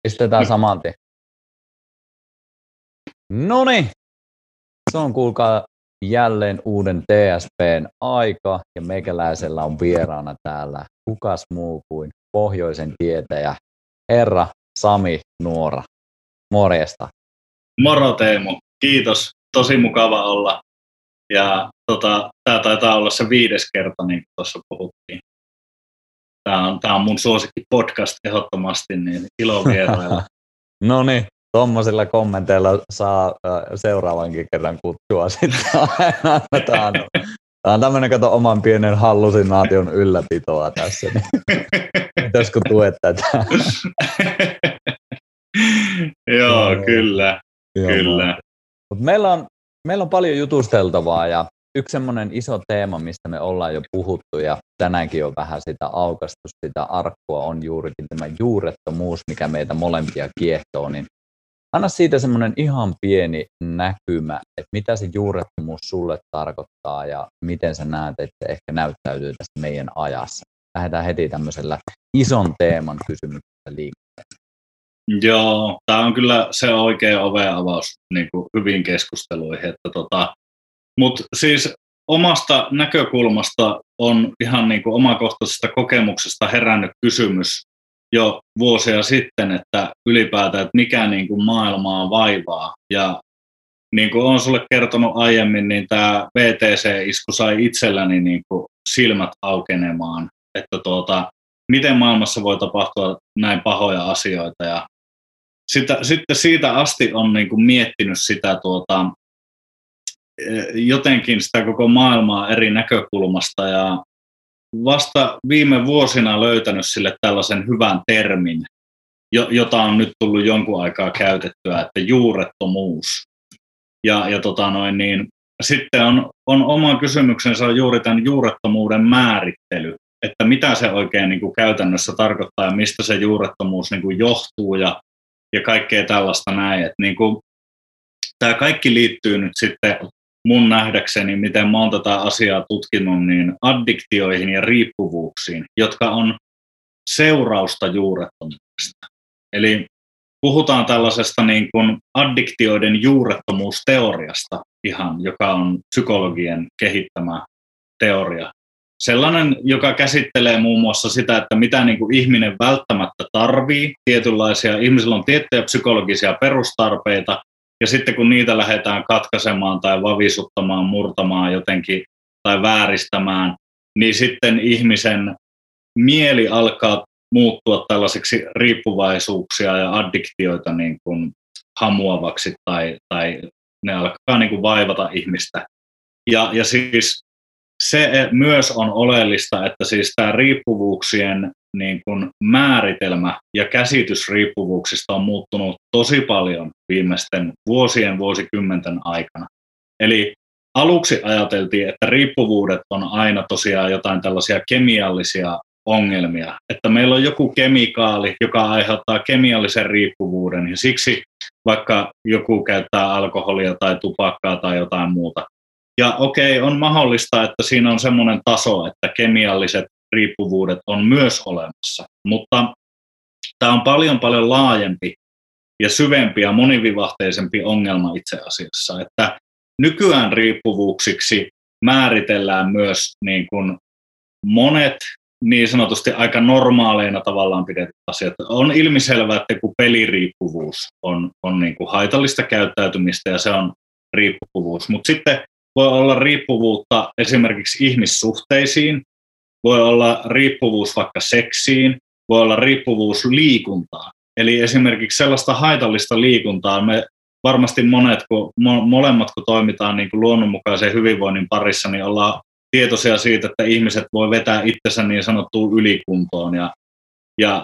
Pistetään saman tien. Noniin, se on kuulkaa jälleen uuden TSP:n aika ja meikäläisellä on vieraana täällä kukas muu kuin pohjoisen tietäjä, herra Sami Nuora. Morjesta. Moro Teemu, kiitos. Tosi mukava olla. Ja tämä taitaa olla se 5. kerta, niin kuin tuossa puhuttiin. Tämä on mun suosikki podcast ehdottomasti, niin ilo vierailla. No niin, tuommoisilla kommenteilla saa seuraavankin kerran kutsua sitten aina. Tämä on tämmöinen, kato, oman pienen hallusinaation ylläpitoa tässä. Niin. Pitäisikö tuet tätä? Joo, kyllä. Kyllä. Mut meillä on paljon jutusteltavaa ja yksi semmoinen iso teema, mistä me ollaan jo puhuttu ja tänäänkin on vähän sitä aukastu, sitä arkkua, on juurikin tämä juurettomuus, mikä meitä molempia kiehtoo, niin anna siitä semmoinen ihan pieni näkymä, että mitä se juurettomuus sulle tarkoittaa ja miten sä näet, että se ehkä näyttäytyy tässä meidän ajassa. Lähdetään heti tämmöisellä ison teeman kysymyksellä liikkeelle. Joo, tämä on kyllä se oikea ovenavaus niin kuin hyviin keskusteluihin. Mutta siis omasta näkökulmasta on ihan niin kuin omakohtaisesta kokemuksesta herännyt kysymys jo vuosia sitten, että ylipäätään, että mikä niin kuin maailmaa vaivaa. Ja niin kuin olen sulle kertonut aiemmin, niin tämä VTC-isku sai itselläni niin kuin silmät aukenemaan, että miten maailmassa voi tapahtua näin pahoja asioita. Ja sitten siitä asti on niin kuin miettinyt sitä jotenkin sitä koko maailmaa eri näkökulmasta ja vasta viime vuosina löytänyt sille tällaisen hyvän termin, jota on nyt tullut jonkun aikaa käytettyä, että juurettomuus. Sitten on oma kysymyksensä juuri tämän juurettomuuden määrittely, että mitä se oikein niin kuin käytännössä tarkoittaa ja mistä se juurettomuus niin kuin johtuu ja kaikkea tällaista näin. Että niin kuin, tämä kaikki liittyy nyt sitten mun nähdäkseni, miten mä oon tätä asiaa tutkinut, niin addiktioihin ja riippuvuuksiin, jotka on seurausta juurettomuudesta. Eli puhutaan tällaisesta niin kuin addiktioiden juurettomuusteoriasta ihan, joka on psykologien kehittämä teoria. Sellainen, joka käsittelee muun muassa sitä, että mitä niin kuin ihminen välttämättä tarvii, tietynlaisia, ihmisillä on tiettyjä psykologisia perustarpeita, ja sitten kun niitä lähdetään katkaisemaan tai vavisuttamaan, murtamaan jotenkin tai vääristämään, niin sitten ihmisen mieli alkaa muuttua tällaiseksi riippuvaisuuksia ja addiktioita niin kuin hamuavaksi tai ne alkaa niin kuin vaivata ihmistä. Ja siis se myös on oleellista, että siis tämä riippuvuuksien niin kuin määritelmä ja käsitys riippuvuuksista on muuttunut tosi paljon viimeisten vuosikymmenten aikana. Eli aluksi ajateltiin, että riippuvuudet on aina tosiaan jotain tällaisia kemiallisia ongelmia, että meillä on joku kemikaali, joka aiheuttaa kemiallisen riippuvuuden ja siksi vaikka joku käyttää alkoholia tai tupakkaa tai jotain muuta. Ja okei, on mahdollista, että siinä on semmoinen taso, että kemialliset riippuvuudet on myös olemassa, mutta tämä on paljon laajempi ja syvempi ja monivivahteisempi ongelma itse asiassa, että nykyään riippuvuuksiksi määritellään myös niin kuin monet niin sanotusti aika normaaleina tavallaan pidetyt asiat. On ilmiselvää, että kun peliriippuvuus on niin kuin haitallista käyttäytymistä ja se on riippuvuus, mutta sitten voi olla riippuvuutta esimerkiksi ihmissuhteisiin, voi olla riippuvuus vaikka seksiin, voi olla riippuvuus liikuntaan. Eli esimerkiksi sellaista haitallista liikuntaa me varmasti molemmat, kun toimitaan niin kuin luonnonmukaisen hyvinvoinnin parissa, niin ollaan tietoisia siitä, että ihmiset voi vetää itsensä niin sanottuun ylikuntoon ja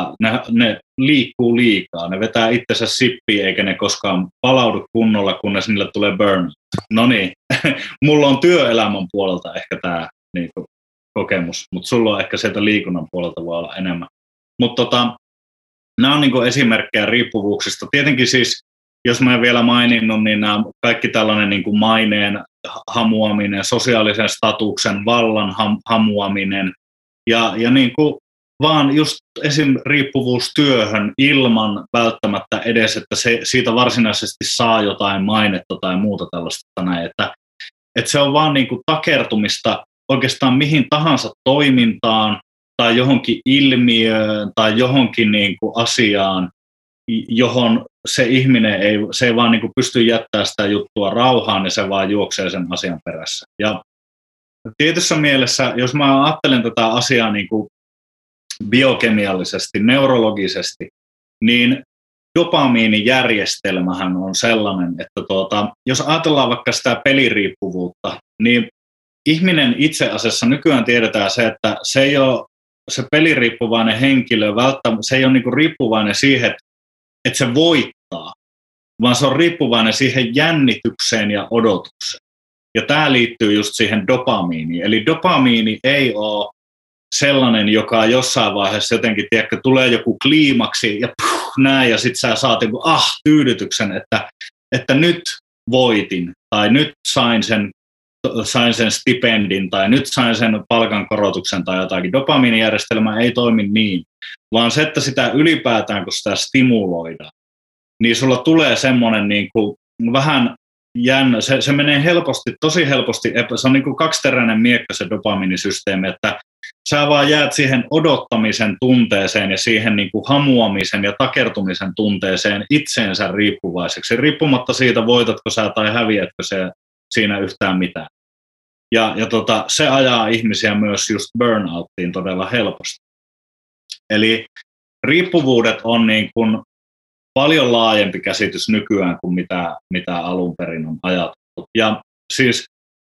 ne liikkuu liikaa, ne vetää itsensä sippiin eikä ne koskaan palaudu kunnolla, kunnes niille tulee burnout. No niin, mulla on työelämän puolelta ehkä tämä niin kuin kokemus, mutta sulla on ehkä sieltä liikunnan puolelta voi olla enemmän. Mutta nämä on niin kuin esimerkkejä riippuvuuksista. Tietenkin siis, jos mä en vielä maininnut, niin nämä kaikki tällainen niin kuin maineen hamuaminen, sosiaalisen statuksen, vallan hamuaminen ja niin kuin vaan just esim. Riippuvuustyöhön ilman välttämättä edes, että siitä varsinaisesti saa jotain mainetta tai muuta tällaista näin, että se on vaan niin kuin takertumista oikeastaan mihin tahansa toimintaan tai johonkin ilmiöön tai johonkin niin kuin asiaan, johon se ihminen ei vaan niin kuin pysty jättämään sitä juttua rauhaan ja se vaan juoksee sen asian perässä. Ja tietyssä mielessä, jos mä ajattelen tätä asiaa niin kuin biokemiallisesti, neurologisesti, niin dopamiinijärjestelmähän on sellainen, että jos ajatellaan vaikka sitä peliriippuvuutta, niin ihminen itse asiassa nykyään tiedetään se, että se ei ole se peliriippuvainen henkilö välttämättä, se ei ole niinku riippuvainen siihen, että se voittaa, vaan se on riippuvainen siihen jännitykseen ja odotukseen. Ja tämä liittyy just siihen dopamiiniin. Eli dopamiini ei ole sellainen, joka jossain vaiheessa jotenkin, tiedätkö, tulee joku kliimaksi ja näin, ja sitten sä saat joku tyydytyksen, että nyt voitin, tai nyt sain sen stipendin, tai nyt sain sen palkankorotuksen tai jotakin. Dopamiinijärjestelmä ei toimi niin, vaan se, että sitä ylipäätään, kun sitä stimuloidaan, niin sulla tulee semmoinen niin kuin vähän jännä, se menee helposti, tosi helposti, se on niin kuin kaksiteräinen miekka se dopamiinisysteemi, että sä vaan jäät siihen odottamisen tunteeseen ja siihen niin kuin hamuamisen ja takertumisen tunteeseen itseensä riippuvaiseksi, riippumatta siitä, voitatko sä tai häviätkö se siinä yhtään mitään. Ja se ajaa ihmisiä myös just burnouttiin todella helposti. Eli riippuvuudet on niin kuin paljon laajempi käsitys nykyään kuin mitä alun perin on ajateltu. Ja siis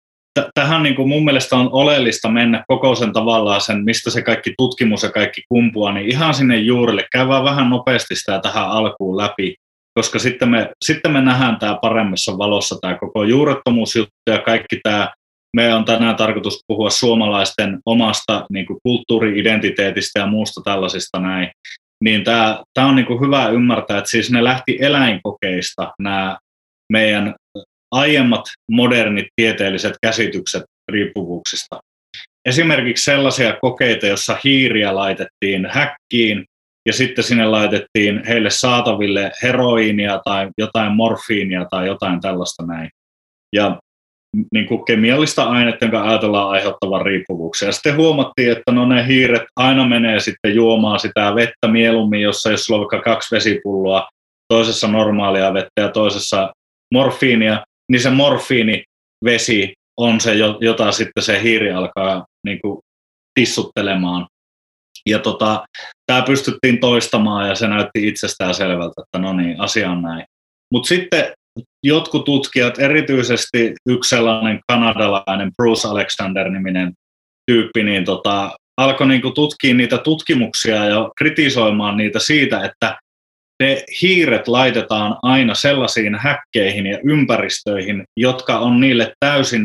tähän niin kuin mun mielestä on oleellista mennä koko sen tavallaan sen, mistä se kaikki tutkimus ja kaikki kumpuaa, niin ihan sinne juurille. Käydään vähän nopeasti sitä tähän alkuun läpi, koska sitten me nähdään tämä paremmassa valossa, tämä koko juurettomuusjuttu ja kaikki tämä. Me on tänään tarkoitus puhua suomalaisten omasta niin kuin kulttuuri-identiteetistä ja muusta tällaisista näin. Niin tämä on niin kuin hyvä ymmärtää, että siis ne lähti eläinkokeista, nämä meidän aiemmat modernit tieteelliset käsitykset riippuvuuksista. Esimerkiksi sellaisia kokeita, jossa hiiriä laitettiin häkkiin ja sitten sinne laitettiin heille saataville heroiinia tai jotain morfiinia tai jotain tällaista näin. Ja niin kuin kemiallista ainetta, jonka ajatellaan aiheuttavan riippuvuuksia. Ja sitten huomattiin, että ne hiiret aina menee sitten juomaan sitä vettä mieluummin, jos sulla on vaikka 2 vesipulloa, toisessa normaalia vettä ja toisessa morfiinia, niin se morfiinivesi on se, jota sitten se hiiri alkaa niin kuin tissuttelemaan. Ja tämä pystyttiin toistamaan ja se näytti itsestään selvältä, että no niin, asia on näin. Mutta sitten jotkut tutkijat, erityisesti yksi sellainen kanadalainen Bruce Alexander-niminen tyyppi, niin alkoi niinku tutkia niitä tutkimuksia ja kritisoimaan niitä siitä, että ne hiiret laitetaan aina sellaisiin häkkeihin ja ympäristöihin, jotka on niille täysin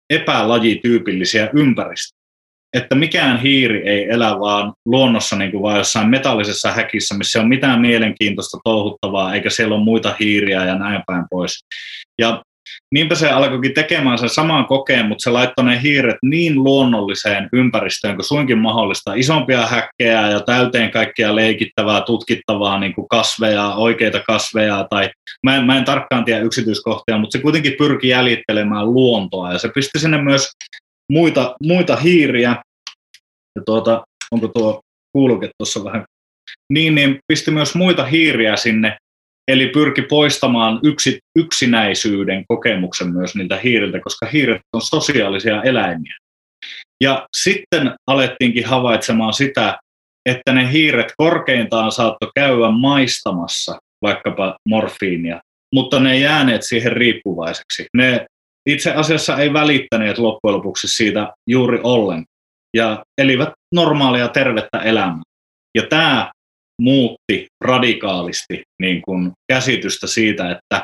epälajityypillisiä ympäristöjä. Että mikään hiiri ei elä vaan luonnossa niin kuin vaan jossain metallisessa häkissä, missä ei ole mitään mielenkiintoista touhuttavaa, eikä siellä ole muita hiiriä ja näin päin pois. Ja niinpä se alkoikin tekemään sen saman kokeen, mutta se laittoi ne hiiret niin luonnolliseen ympäristöön kuin suinkin mahdollista. Isompia häkkejä ja täyteen kaikkea leikittävää, tutkittavaa, niin kuin kasveja, oikeita kasveja. Tai mä en tarkkaan tiedä yksityiskohtia, mutta se kuitenkin pyrki jäljittelemään luontoa. Ja se pisti sinne myös muita hiiriä. Ja onko tuo kuuluke tuossa vähän? Niin pisti myös muita hiiriä sinne. Eli pyrki poistamaan yksinäisyyden kokemuksen myös niiltä hiiriltä, koska hiiret on sosiaalisia eläimiä. Ja sitten alettiinkin havaitsemaan sitä, että ne hiiret korkeintaan saattoi käydä maistamassa vaikkapa morfiinia, mutta ne ei jääneet siihen riippuvaiseksi. Ne itse asiassa ei välittäneet loppujen lopuksi siitä juuri ollenkaan ja elivät normaalia tervettä elämää. Ja tämä muutti radikaalisti niin kuin käsitystä siitä, että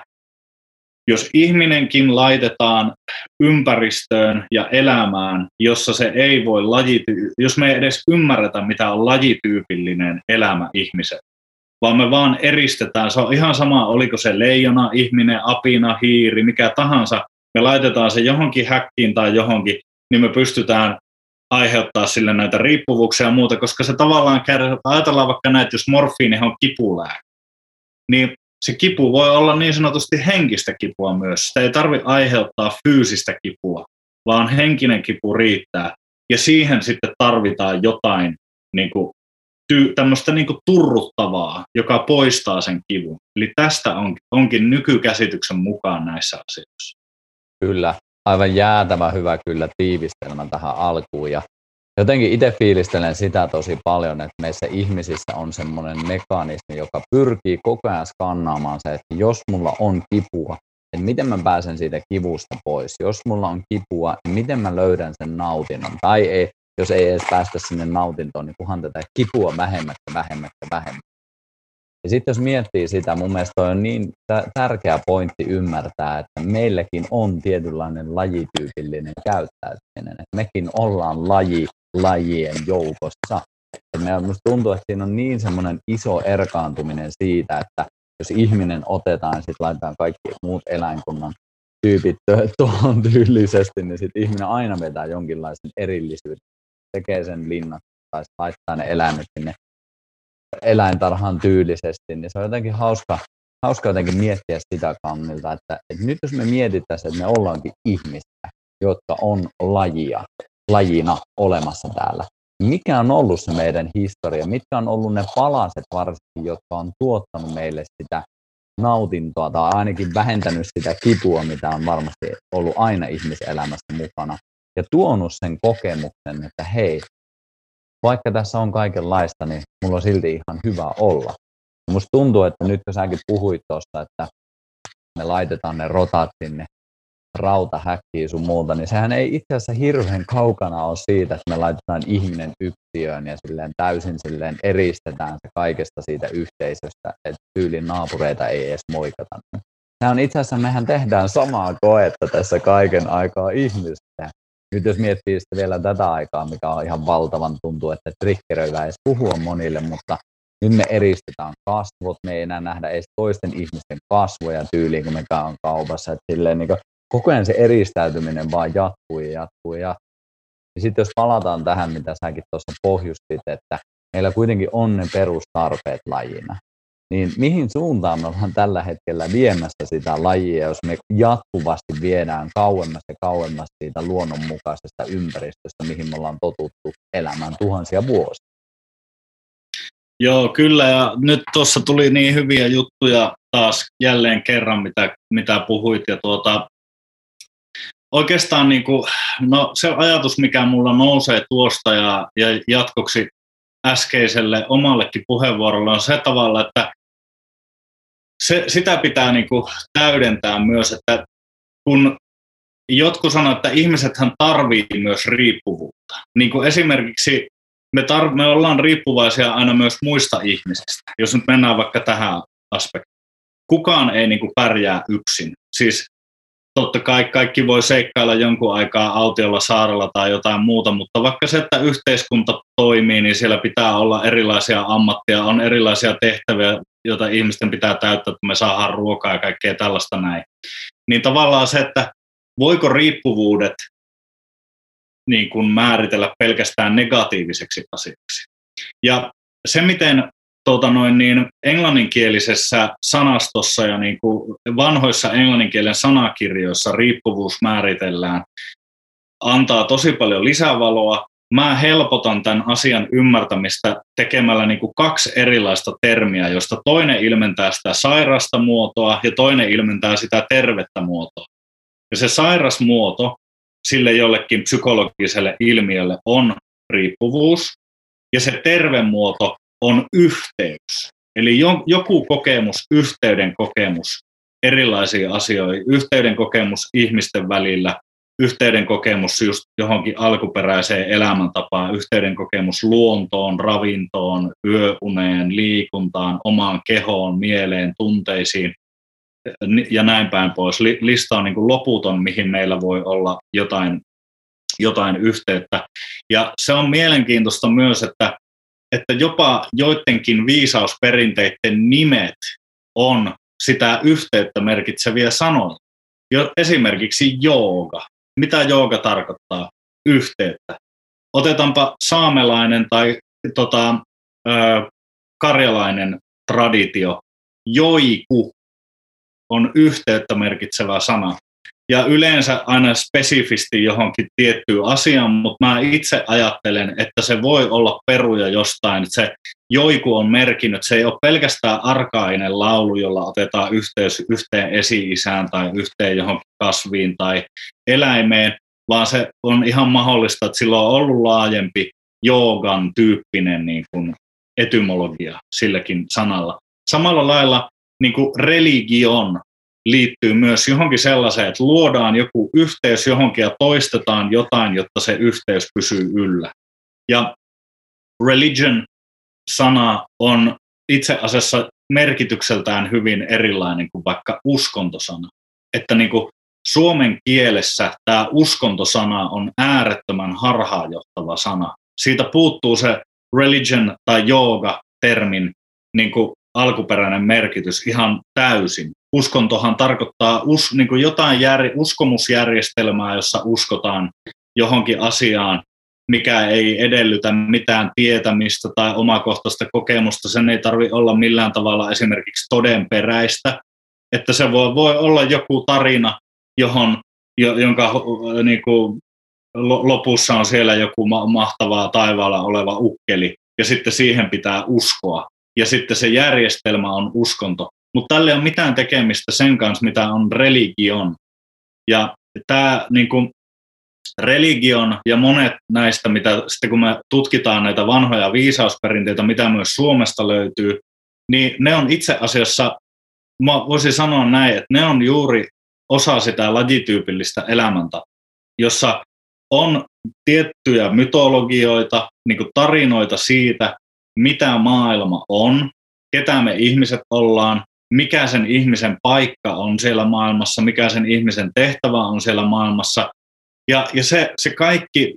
jos ihminenkin laitetaan ympäristöön ja elämään, jossa se ei voi jos me ei edes ymmärretä, mitä on lajityypillinen elämä ihmisen, vaan me vaan eristetään, se on ihan sama, oliko se leijona, ihminen, apina, hiiri, mikä tahansa, me laitetaan se johonkin häkkiin tai johonkin, niin me pystytään aiheuttaa sille näitä riippuvuuksia ja muuta, koska se tavallaan ajatellaan vaikka näitä, jos morfiini on kipulääke, niin se kipu voi olla niin sanotusti henkistä kipua myös. Sitä ei tarvitse aiheuttaa fyysistä kipua, vaan henkinen kipu riittää. Ja siihen sitten tarvitaan jotain niin kuin, tämmöistä niin kuin turruttavaa, joka poistaa sen kivun. Eli tästä onkin nykykäsityksen mukaan näissä asioissa. Kyllä, aivan jäätävä hyvä kyllä tiivistelmä tähän alkuun. Ja jotenkin itse fiilistelen sitä tosi paljon, että meissä ihmisissä on semmoinen mekanismi, joka pyrkii koko ajan skannaamaan se, että jos mulla on kipua, että miten mä pääsen siitä kivusta pois. Jos mulla on kipua, niin miten mä löydän sen nautinnon. Tai ei, jos ei edes päästä sinne nautintoon, niin kunhan tätä kipua vähemmäksi. Ja sitten jos miettii sitä, mun mielestä on niin tärkeä pointti ymmärtää, että meilläkin on tietynlainen lajityypillinen käyttäytyminen. Että mekin ollaan lajien joukossa. Minusta tuntuu, että siinä on niin semmoinen iso erkaantuminen siitä, että jos ihminen otetaan ja sitten laitetaan kaikki muut eläinkunnan tyypit tuohon tyylisesti, niin sitten ihminen aina vetää jonkinlaisen erillisyyden. Tekee sen linnat tai laittaa ne eläimet sinne eläintarhan tyylisesti, niin se on jotenkin hauska jotenkin miettiä sitä kannalta, että nyt jos me mietittäisiin, että me ollaankin ihmisiä, jotka on lajina olemassa täällä, mikä on ollut se meidän historia, mitkä on ollut ne palaset varsinkin, jotka on tuottanut meille sitä nautintoa tai ainakin vähentänyt sitä kipua, mitä on varmasti ollut aina ihmiselämässä mukana ja tuonut sen kokemuksen, että hei, vaikka tässä on kaikenlaista, niin mulla on silti ihan hyvä olla. Musta tuntuu, että nyt kun säkin puhuit tuosta, että me laitetaan ne rotat sinne rautahäkkiin sun muuta, niin sehän ei itse asiassa hirveän kaukana ole siitä, että me laitetaan ihminen yksiöön ja silleen täysin silleen eristetään se kaikesta siitä yhteisöstä, että tyylin naapureita ei edes moikata. Sehän on itse asiassa, mehän tehdään samaa koetta tässä kaiken aikaa ihmistä. Nyt jos miettii sitten vielä tätä aikaa, mikä on ihan valtavan tuntuu, että triggeröivää edes puhua monille, mutta nyt me eristetään kasvot, me ei enää nähdä edes toisten ihmisten kasvoja tyyliin, kun me käyn kaupassa. Että silleen, niin koko ajan se eristäytyminen vaan jatkuu. Ja sitten jos palataan tähän, mitä säkin tuossa pohjustit, että meillä kuitenkin on ne perustarpeet lajina, niin mihin suuntaan me ollaan tällä hetkellä viemässä sitä lajia, jos me jatkuvasti viedään kauemmas siitä luonnonmukaisesta ympäristöstä, mihin me ollaan totuttu elämään tuhansia vuosia? Joo, kyllä, ja nyt tuossa tuli niin hyviä juttuja taas jälleen kerran, mitä puhuit, ja oikeastaan se ajatus, mikä mulla nousee tuosta ja jatkoksi äskeiselle omallekin puheenvuorolle on se tavalla, että sitä pitää täydentää myös, että kun jotkut sanoo, että ihmisethän tarvitsee myös riippuvuutta. Niin kuin esimerkiksi me ollaan riippuvaisia aina myös muista ihmisistä, jos nyt mennään vaikka tähän aspektiin. Kukaan ei pärjää yksin. Siis totta kai kaikki voi seikkailla jonkun aikaa autiolla saarella tai jotain muuta, mutta vaikka se, että yhteiskunta toimii, niin siellä pitää olla erilaisia ammatteja, on erilaisia tehtäviä, joita ihmisten pitää täyttää, että me saadaan ruokaa ja kaikkea tällaista näin. Niin tavallaan se, että voiko riippuvuudet määritellä pelkästään negatiiviseksi asiaksi. Ja se, miten englanninkielisessä sanastossa ja vanhoissa englanninkielen sanakirjoissa riippuvuus määritellään, antaa tosi paljon lisävaloa. Mä helpotan tämän asian ymmärtämistä tekemällä kaksi erilaista termiä, josta toinen ilmentää sitä sairasta muotoa ja toinen ilmentää sitä tervettä muotoa. Ja se sairas muoto sille jollekin psykologiselle ilmiölle on riippuvuus ja se terve muoto on yhteys. Eli joku kokemus, yhteyden kokemus erilaisiin asioihin, yhteyden kokemus ihmisten välillä, yhteyden kokemus just johonkin alkuperäiseen elämäntapaan, yhteyden kokemus luontoon, ravintoon, yöuneen, liikuntaan, omaan kehoon, mieleen, tunteisiin ja näin päin pois. Lista on loputon, mihin meillä voi olla jotain yhteyttä. Ja se on mielenkiintoista myös, että jopa joidenkin viisausperinteiden nimet on sitä yhteyttä merkitseviä sanoja. Esimerkiksi jooga. Mitä jooga tarkoittaa? Yhteyttä. otetaanpa saamelainen tai karjalainen traditio, joiku on yhteyttä merkitsevä sana. Ja yleensä aina spesifisti johonkin tiettyyn asiaan, mutta mä itse ajattelen, että se voi olla peruja jostain. Se joiku on merkinnyt, se ei ole pelkästään arkainen laulu, jolla otetaan yhteys yhteen esi-isään tai yhteen johonkin kasviin tai eläimeen, vaan se on ihan mahdollista, että sillä on ollut laajempi joogan tyyppinen niin kuin etymologia silläkin sanalla. Samalla lailla niin kuin religion liittyy myös johonkin sellaiseen, että luodaan joku yhteys johonkin ja toistetaan jotain, jotta se yhteys pysyy yllä. Ja religion-sana on itse asiassa merkitykseltään hyvin erilainen kuin vaikka uskontosana. Että niin kuin suomen kielessä tämä uskontosana on äärettömän harhaanjohtava sana. Siitä puuttuu se religion tai jooga-termin niin kuin alkuperäinen merkitys ihan täysin. Uskontohan tarkoittaa niin kuin jotain uskomusjärjestelmää, jossa uskotaan johonkin asiaan, mikä ei edellytä mitään tietämistä tai omakohtaista kokemusta. Sen ei tarvitse olla millään tavalla esimerkiksi todenperäistä. Että se voi olla joku tarina, jonka niin kuin, lopussa on siellä joku mahtavaa taivaalla oleva ukkeli, ja sitten siihen pitää uskoa. Ja sitten se järjestelmä on uskonto. Mutta tällä ei ole mitään tekemistä sen kanssa, mitä on religion. Ja tämä niin kuin, religion ja monet näistä, mitä sitten kun me tutkitaan näitä vanhoja viisausperinteitä, mitä myös Suomesta löytyy, niin ne on itse asiassa, mä voisin sanoa näin, että ne on juuri osa sitä lajityypillistä elämäntapaa, jossa on tiettyjä mytologioita, niin kuin tarinoita siitä, mitä maailma on, ketä me ihmiset ollaan, mikä sen ihmisen paikka on siellä maailmassa, mikä sen ihmisen tehtävä on siellä maailmassa. Ja se kaikki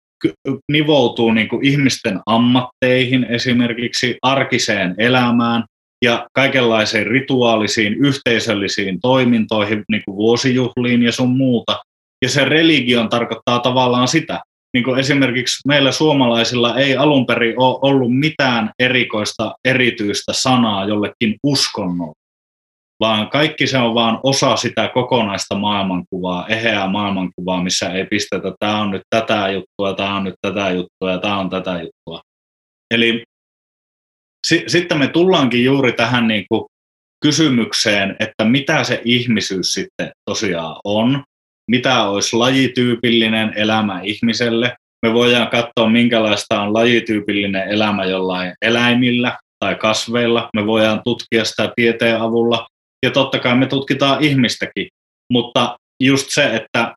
nivoutuu niin kuin ihmisten ammatteihin, esimerkiksi arkiseen elämään ja kaikenlaisiin rituaalisiin, yhteisöllisiin toimintoihin, niin kuin vuosijuhliin ja sun muuta. Ja se religion tarkoittaa tavallaan sitä. Niin kuin esimerkiksi meillä suomalaisilla ei alun perin ole ollut mitään erikoista, erityistä sanaa jollekin uskonnolle, vaan kaikki se on vaan osa sitä kokonaista maailmankuvaa, eheää maailmankuvaa, missä ei pistetä, tämä on nyt tätä juttua, tämä on nyt tätä juttua ja tämä on tätä juttua. Eli sitten me tullaankin juuri tähän niin kuin kysymykseen, että mitä se ihmisyys sitten tosiaan on, mitä olisi lajityypillinen elämä ihmiselle. Me voidaan katsoa, minkälaista on lajityypillinen elämä jollain eläimillä tai kasveilla. Me voidaan tutkia sitä tieteen avulla. Ja totta kai me tutkitaan ihmistäkin. Mutta just se, että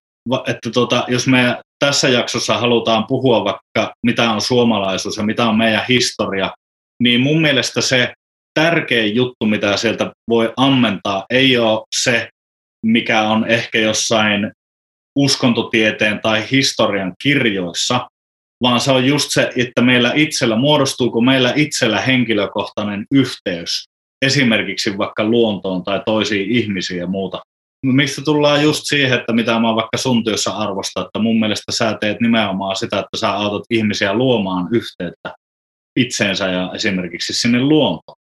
jos me tässä jaksossa halutaan puhua vaikka mitä on suomalaisuus ja mitä on meidän historia, niin mun mielestä se tärkein juttu, mitä sieltä voi ammentaa, ei ole se, mikä on ehkä jossain uskontotieteen tai historian kirjoissa, vaan se on just se, että muodostuuko meillä itsellä henkilökohtainen yhteys esimerkiksi vaikka luontoon tai toisiin ihmisiin ja muuta. Mistä tullaan just siihen, että mitä mä vaikka sun työssä arvostan, että mun mielestä sä teet nimenomaan sitä, että sä autat ihmisiä luomaan yhteyttä itseensä ja esimerkiksi sinne luontoon.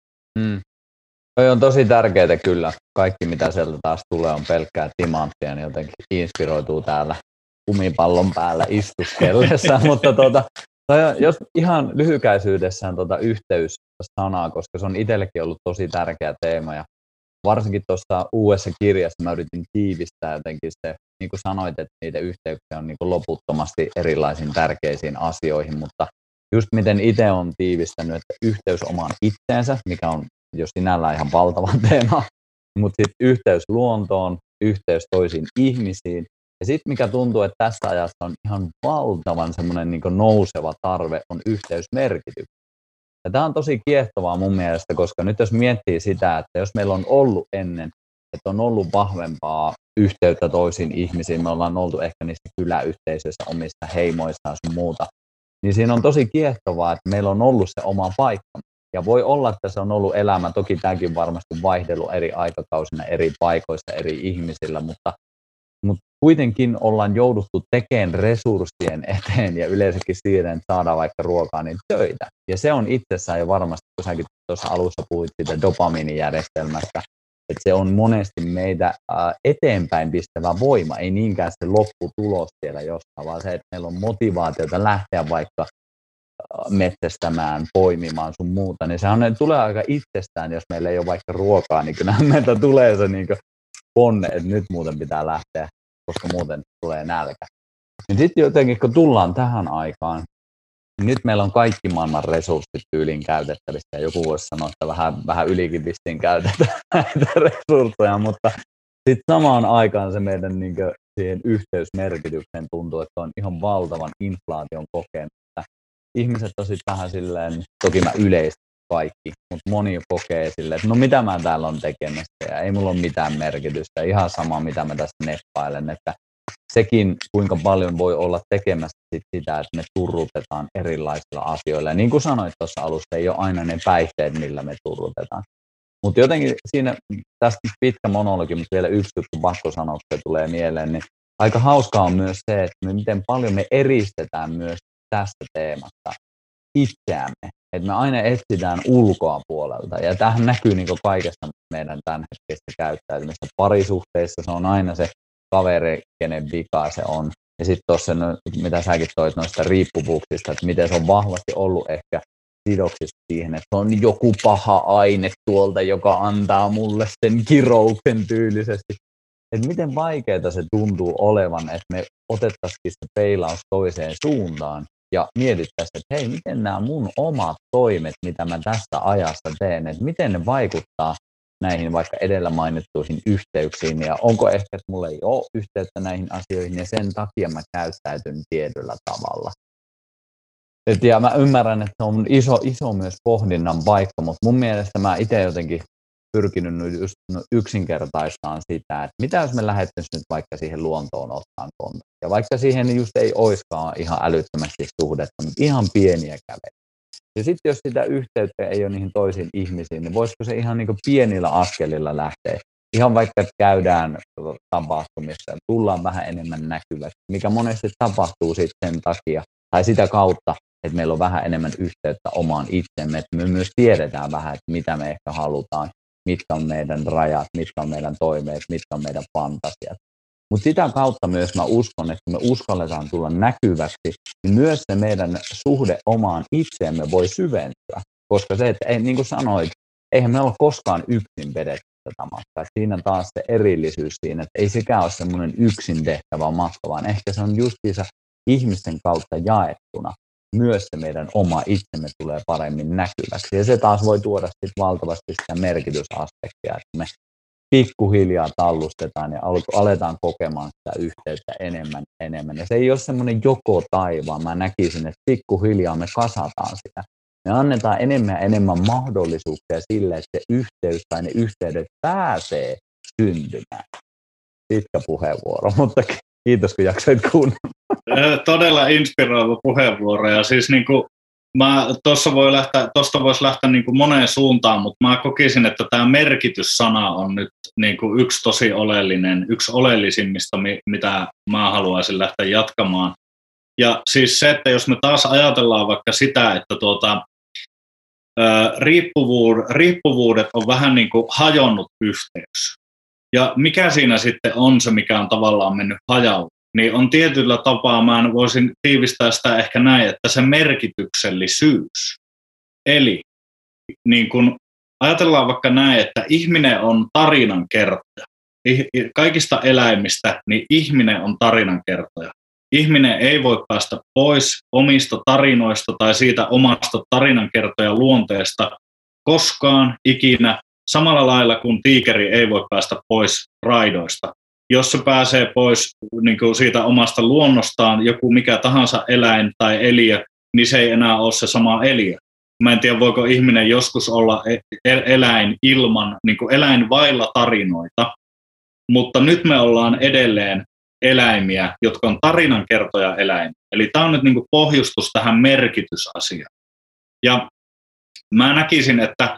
Toi on tosi tärkeää kyllä. Kaikki mitä sieltä taas tulee on pelkkää timanttia, niin jotenkin inspiroituu täällä kumipallon päällä istuskellessa. Mutta jos ihan lyhykäisyydessään yhteyssanaa, koska se on itsellekin ollut tosi tärkeä teema. Ja varsinkin tuossa uudessa kirjassa mä yritin tiivistää jotenkin se, niin kuin sanoit, että niiden yhteyksiä on niin kuin loputtomasti erilaisiin tärkeisiin asioihin, mutta just miten itse on tiivistänyt, että yhteys omaan itseensä, mikä on jo sinällään ihan valtava teema, mutta sitten yhteys luontoon, yhteys toisiin ihmisiin. Ja sitten mikä tuntuu, että tässä ajassa on ihan valtavan semmoinen niin kuin nouseva tarve, on yhteysmerkitys. Ja tämä on tosi kiehtovaa mun mielestä, koska nyt jos miettii sitä, että jos meillä on ollut ennen, että on ollut vahvempaa yhteyttä toisiin ihmisiin, me ollaan oltu ehkä niissä kyläyhteisöissä, omissa heimoissa ja sun muuta, niin siinä on tosi kiehtovaa, että meillä on ollut se oma paikka. Ja voi olla, että se on ollut elämä, toki tämäkin varmasti vaihdelu eri aikakausina, eri paikoissa, eri ihmisillä, mutta kuitenkin ollaan jouduttu tekemään resurssien eteen ja yleensäkin siihen, että saadaan vaikka ruokaa, niin töitä. Ja se on itsessään jo varmasti, kun säkin tuossa alussa puhuit siitä dopamiinijärjestelmästä, että se on monesti meitä eteenpäin pistävä voima, ei niinkään se lopputulos siellä jostain, vaan se, että meillä on motivaatiota lähteä vaikka metsästämään, poimimaan sun muuta, niin sehän tulee aika itsestään, jos meillä ei ole vaikka ruokaa, niin kyllä meiltä tulee se niin ponne, että nyt muuten pitää lähteä, koska muuten tulee nälkä. Niin sitten jotenkin, kun tullaan tähän aikaan, niin nyt meillä on kaikki maailman resurssit tyylin käytettävissä, ja joku voisi sanoa, että vähän ylikin vistiin käytetään näitä resursseja, mutta sitten samaan aikaan se meidän niin kuin, siihen yhteysmerkitykseen tuntuu, että on ihan valtavan inflaation kokemista. Ihmiset on sitten vähän silleen, toki mä yleistän kaikki, mutta moni kokee silleen, että no mitä mä täällä on tekemässä ja ei mulla ole mitään merkitystä, ihan sama mitä mä tässä neppailen, että sekin kuinka paljon voi olla tekemässä sitä, että me turrutetaan erilaisilla asioilla. Ja niin kuin sanoit tuossa alussa, ei ole aina ne päihteet, millä me turrutetaan. Mutta jotenkin siinä, tästä pitkä monologi, mutta vielä yksi juttu pakko sanoa, kun se tulee mieleen, niin aika hauskaa on myös se, että miten paljon me eristetään myös tästä teemasta itseämme. Että me aina etsitään ulkoa puolelta. Ja tämähän näkyy niin kuin kaikessa meidän tämänhetkistä käyttäytymistä. Parisuhteissa se on aina se kaveri, kenen vika se on. Ja sitten tuossa, mitä säkin toit noista riippuvuuksista, että miten se on vahvasti ollut ehkä sidoksista siihen, että on joku paha aine tuolta, joka antaa mulle sen kirouksen tyylisesti. Että miten vaikeaa se tuntuu olevan, että me otettaisiin se peilaus toiseen suuntaan ja mietittäisiin, että hei, miten nämä mun omat toimet, mitä mä tässä ajassa teen, että miten ne vaikuttaa näihin vaikka edellä mainittuihin yhteyksiin ja onko ehkä, että mulla ei ole yhteyttä näihin asioihin ja sen takia mä käyttäytyn tietyllä tavalla. Ja mä ymmärrän, että se on iso myös pohdinnan paikka, mutta mun mielestä mä itse jotenkin pyrkinyt nyt just yksinkertaistamaan sitä, että mitä jos me lähdettäisiin nyt vaikka siihen luontoon ottaan kontaktia. Ja vaikka siihen just ei oiskaan ihan älyttömästi suhdetta, mutta ihan pieniä kävelyjä. Ja sitten jos sitä yhteyttä ei ole niihin toisiin ihmisiin, niin voisiko se ihan niin kuin pienillä askelilla lähteä. Ihan vaikka, että käydään tapahtumissa ja tullaan vähän enemmän näkyväksi, mikä monesti tapahtuu sitten sen takia, tai sitä kautta, että meillä on vähän enemmän yhteyttä omaan itsemme, että me myös tiedetään vähän, että mitä me ehkä halutaan, mitkä on meidän rajat, mitkä on meidän toiveet, mitkä on meidän fantasiat. Mutta sitä kautta myös mä uskon, että kun me uskalletaan tulla näkyväksi, niin myös se meidän suhde omaan itseemme voi syventyä. Koska se, että niin kuin sanoit, eihän me olla koskaan yksin vedetty tätä matkaa. Siinä taas se erillisyys siinä, että ei sekään ole semmoinen yksin tehtävä matka, vaan ehkä se on justiinsa ihmisten kautta jaettuna. Myös se meidän oma itsemme tulee paremmin näkyväksi. Ja se taas voi tuoda sitten valtavasti sitä merkitysaspektia, että me pikkuhiljaa tallustetaan ja aletaan kokemaan sitä yhteyttä enemmän. Ja se ei ole semmoinen joko tai, vaan mä näkisin, että pikkuhiljaa me kasataan sitä. Me annetaan enemmän ja enemmän mahdollisuuksia sille, että se yhteys tai ne yhteydet pääsee syntymään. Pitkä puheenvuoro, mutta kiitos kun jaksoit kuunnella. Todella inspiroiva puheenvuoro. Ja siis niin kuin tuosta voisi lähteä niin kuin moneen suuntaan, mutta mä kokisin, että tämä merkityssana on nyt niin kuin yksi tosi oleellinen, yksi oleellisimmista, mitä mä haluaisin lähteä jatkamaan. Ja siis se, että jos me taas ajatellaan vaikka sitä, että riippuvuudet on vähän niin kuin hajonnut yhteys. Ja mikä siinä sitten on se, mikä on tavallaan mennyt hajautumaan? Niin on tietyllä tapaa, mä voisin tiivistää sitä ehkä näin, että se merkityksellisyys. Eli niin kun ajatellaan vaikka näin, että ihminen on tarinankertoja. Kaikista eläimistä niin ihminen on tarinankertoja. Ihminen ei voi päästä pois omista tarinoista tai siitä omasta tarinankertojan luonteesta koskaan ikinä, samalla lailla kuin tiikeri ei voi päästä pois raidoista. Jos se pääsee pois niin kuin siitä omasta luonnostaan, joku mikä tahansa eläin tai eliö, niin se ei enää ole se sama eliö. Mä en tiedä, voiko ihminen joskus olla eläin ilman, niin kuin eläin vailla tarinoita, mutta nyt me ollaan edelleen eläimiä, jotka on tarinankertoja eläimiä. Eli tämä on nyt niin kuin pohjustus tähän merkitysasiaan. Ja mä näkisin, että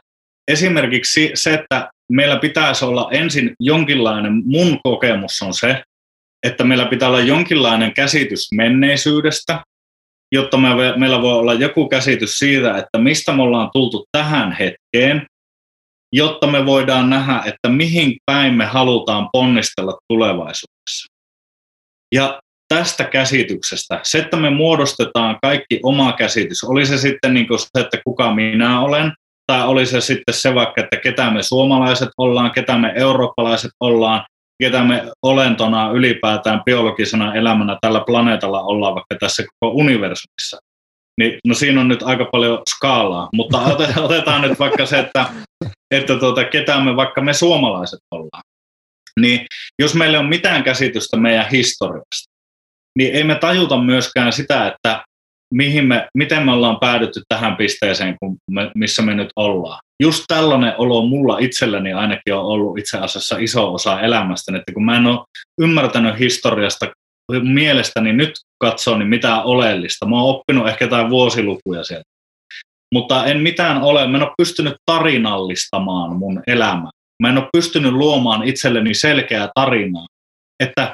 esimerkiksi se, että meillä pitäisi olla ensin jonkinlainen, mun kokemus on se, että meillä pitää olla jonkinlainen käsitys menneisyydestä, jotta meillä voi olla joku käsitys siitä, että mistä me ollaan tultu tähän hetkeen, jotta me voidaan nähdä, että mihin päin me halutaan ponnistella tulevaisuudessa. Ja tästä käsityksestä, se, että me muodostetaan kaikki oma käsitys, oli se sitten niin kuin se, että kuka minä olen, tai oli se sitten se vaikka, että ketä me suomalaiset ollaan, ketä me eurooppalaiset ollaan, ketä me olentona ylipäätään biologisena elämänä tällä planeetalla ollaan vaikka tässä koko universumissa. Niin, no siinä on nyt aika paljon skaalaa, mutta otetaan nyt vaikka se, että ketä me vaikka me suomalaiset ollaan. Niin jos meillä on mitään käsitystä meidän historiasta, niin ei me tajuta myöskään sitä, että miten me ollaan päädytty tähän pisteeseen, missä me nyt ollaan. Just tällainen olo mulla itselläni ainakin on ollut itse asiassa iso osa elämästäni, että kun mä en ole ymmärtänyt historiasta mielestäni nyt katsoo, niin mitään oleellista. Mä oon oppinut ehkä jotain vuosilukuja sieltä. Mutta mä en ole pystynyt tarinallistamaan mun elämää. Mä en ole pystynyt luomaan itselleni selkeää tarinaa. Että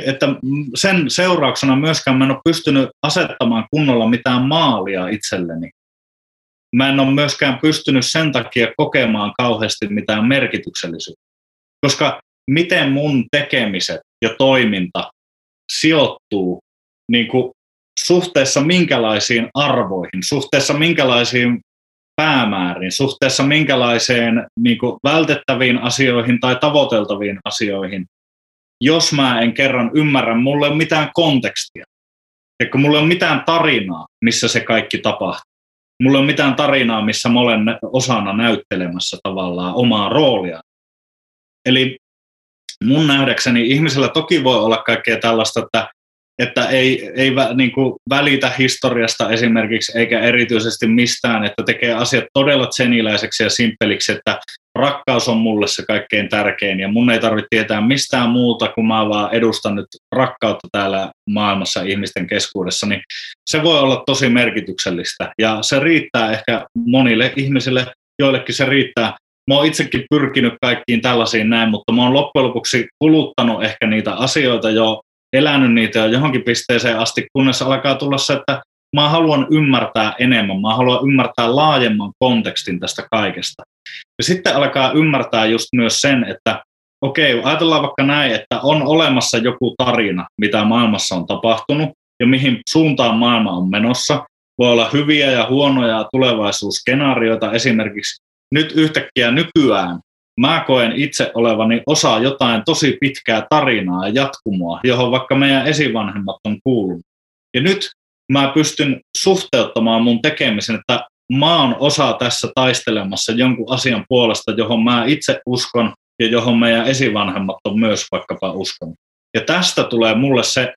sen seurauksena myöskään mä en ole pystynyt asettamaan kunnolla mitään maalia itselleni. Mä en ole myöskään pystynyt sen takia kokemaan kauheasti mitään merkityksellisyyttä. Koska miten mun tekemiset ja toiminta sijoittuu niin kuin suhteessa minkälaisiin arvoihin, suhteessa minkälaisiin päämääriin, suhteessa minkälaiseen niin kuin vältettäviin asioihin tai tavoiteltaviin asioihin, jos mä en kerran ymmärrä, mulla ei ole mitään kontekstia. Eikä mulla ei ole mitään tarinaa, missä se kaikki tapahtuu. Mulla ei ole mitään tarinaa, missä mä olen osana näyttelemässä tavallaan omaa roolia. Eli mun nähdäkseni ihmisellä toki voi olla kaikkea tällaista, että ei niin kuin välitä historiasta esimerkiksi, eikä erityisesti mistään, että tekee asiat todella tseniläiseksi ja simppeliksi, että rakkaus on mulle se kaikkein tärkein, ja mun ei tarvitse tietää mistään muuta, kun mä vaan edustan nyt rakkautta täällä maailmassa ihmisten keskuudessa, niin se voi olla tosi merkityksellistä, ja se riittää ehkä monille ihmisille, joillekin se riittää. Mä oon itsekin pyrkinyt kaikkiin tällaisiin näin, mutta mä oon loppujen lopuksi kuluttanut ehkä niitä asioita jo, elänyt niitä jo johonkin pisteeseen asti, kunnes alkaa tulla se, että mä haluan ymmärtää enemmän, mä haluan ymmärtää laajemman kontekstin tästä kaikesta. Ja sitten alkaa ymmärtää just myös sen, että okei, ajatellaan vaikka näin, että on olemassa joku tarina, mitä maailmassa on tapahtunut ja mihin suuntaan maailma on menossa. Voi olla hyviä ja huonoja tulevaisuusskenaarioita esimerkiksi. Nyt yhtäkkiä nykyään mä koen itse olevani osa jotain tosi pitkää tarinaa ja jatkumoa, johon vaikka meidän esivanhemmat on kuulunut. Ja nyt mä pystyn suhteuttamaan mun tekemisen, että mä oon osa tässä taistelemassa jonkun asian puolesta, johon mä itse uskon ja johon meidän esivanhemmat on myös vaikkapa uskonut. Ja tästä tulee mulle se